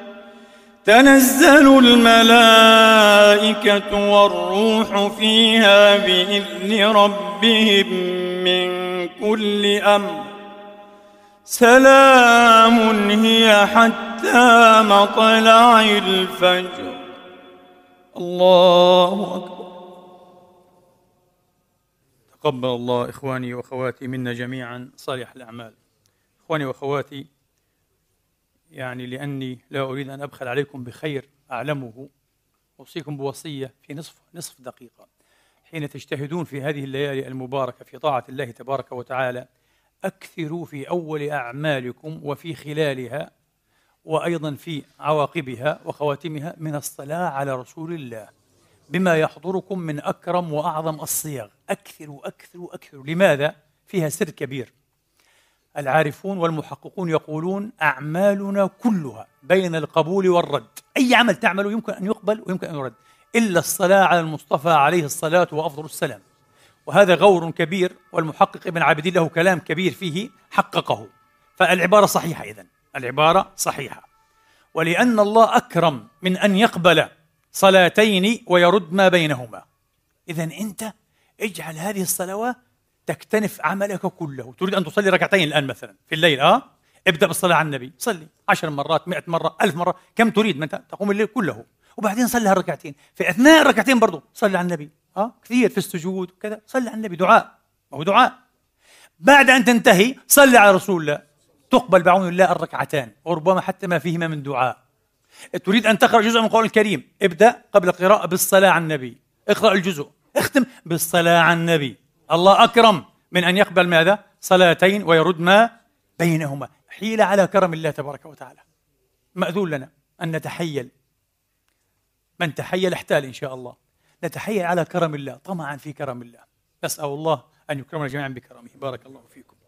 تنزل الملائكة والروح فيها بإذن ربهم من كل أمر. سلام هي حتى مطلع الفجر. الله أكبر. تقبل الله إخواني وأخواتي منا جميعا صالح الأعمال. إخواني وأخواتي، يعني لأني لا أريد أن أبخل عليكم بخير أعلمه، أوصيكم بوصية في نصف نصف دقيقة. حين تجتهدون في هذه الليالي المباركة في طاعة الله تبارك وتعالى، أكثروا في أول أعمالكم وفي خلالها وأيضا في عواقبها وخواتمها من الصلاة على رسول الله بما يحضركم من أكرم وأعظم الصيغ. أكثروا أكثروا أكثروا. لماذا؟ فيها سر كبير. العارفون والمحققون يقولون أعمالنا كلها بين القبول والرد. أي عمل تعمله يمكن أن يقبل ويمكن أن يرد، إلا الصلاة على المصطفى عليه الصلاة وأفضل السلام. وهذا غور كبير، والمحقق ابن عابدين له كلام كبير فيه حققه. فالعبارة صحيحة، إذن العبارة صحيحة. ولأن الله أكرم من أن يقبل صلاتين ويرد ما بينهما، إذن أنت اجعل هذه الصلوات تكتنف عملك كله. تريد أن تصلي ركعتين الآن مثلا في الليل، آه ابدأ بالصلاة على النبي، صلي عشر مرات، مئة مرة، ألف مرة، كم تريد من تقوم الليل كله، وبعدين صلي هالركعتين. في أثناء الركعتين برضو صلي على النبي، آه كثير في السجود كذا، صلي على النبي، دعاء، ما هو دعاء. بعد أن تنتهي صلي على رسول الله، تقبل بعون الله الركعتان، وربما حتى ما فيهما من دعاء. تريد أن تقرأ جزء من القرآن الكريم، ابدأ قبل القراءة بالصلاة على النبي، اقرأ الجزء، اختم بالصلاة على النبي. الله أكرم من أن يقبل ماذا؟ صلاتين ويرد ما بينهما. حيلة على كرم الله تبارك وتعالى. مأذون لنا أن نتحيل، من تحيل احتال إن شاء الله. نتحيل على كرم الله طمعا في كرم الله. نسأل الله أن يكرمنا جميعا بكرمه. بارك الله فيكم.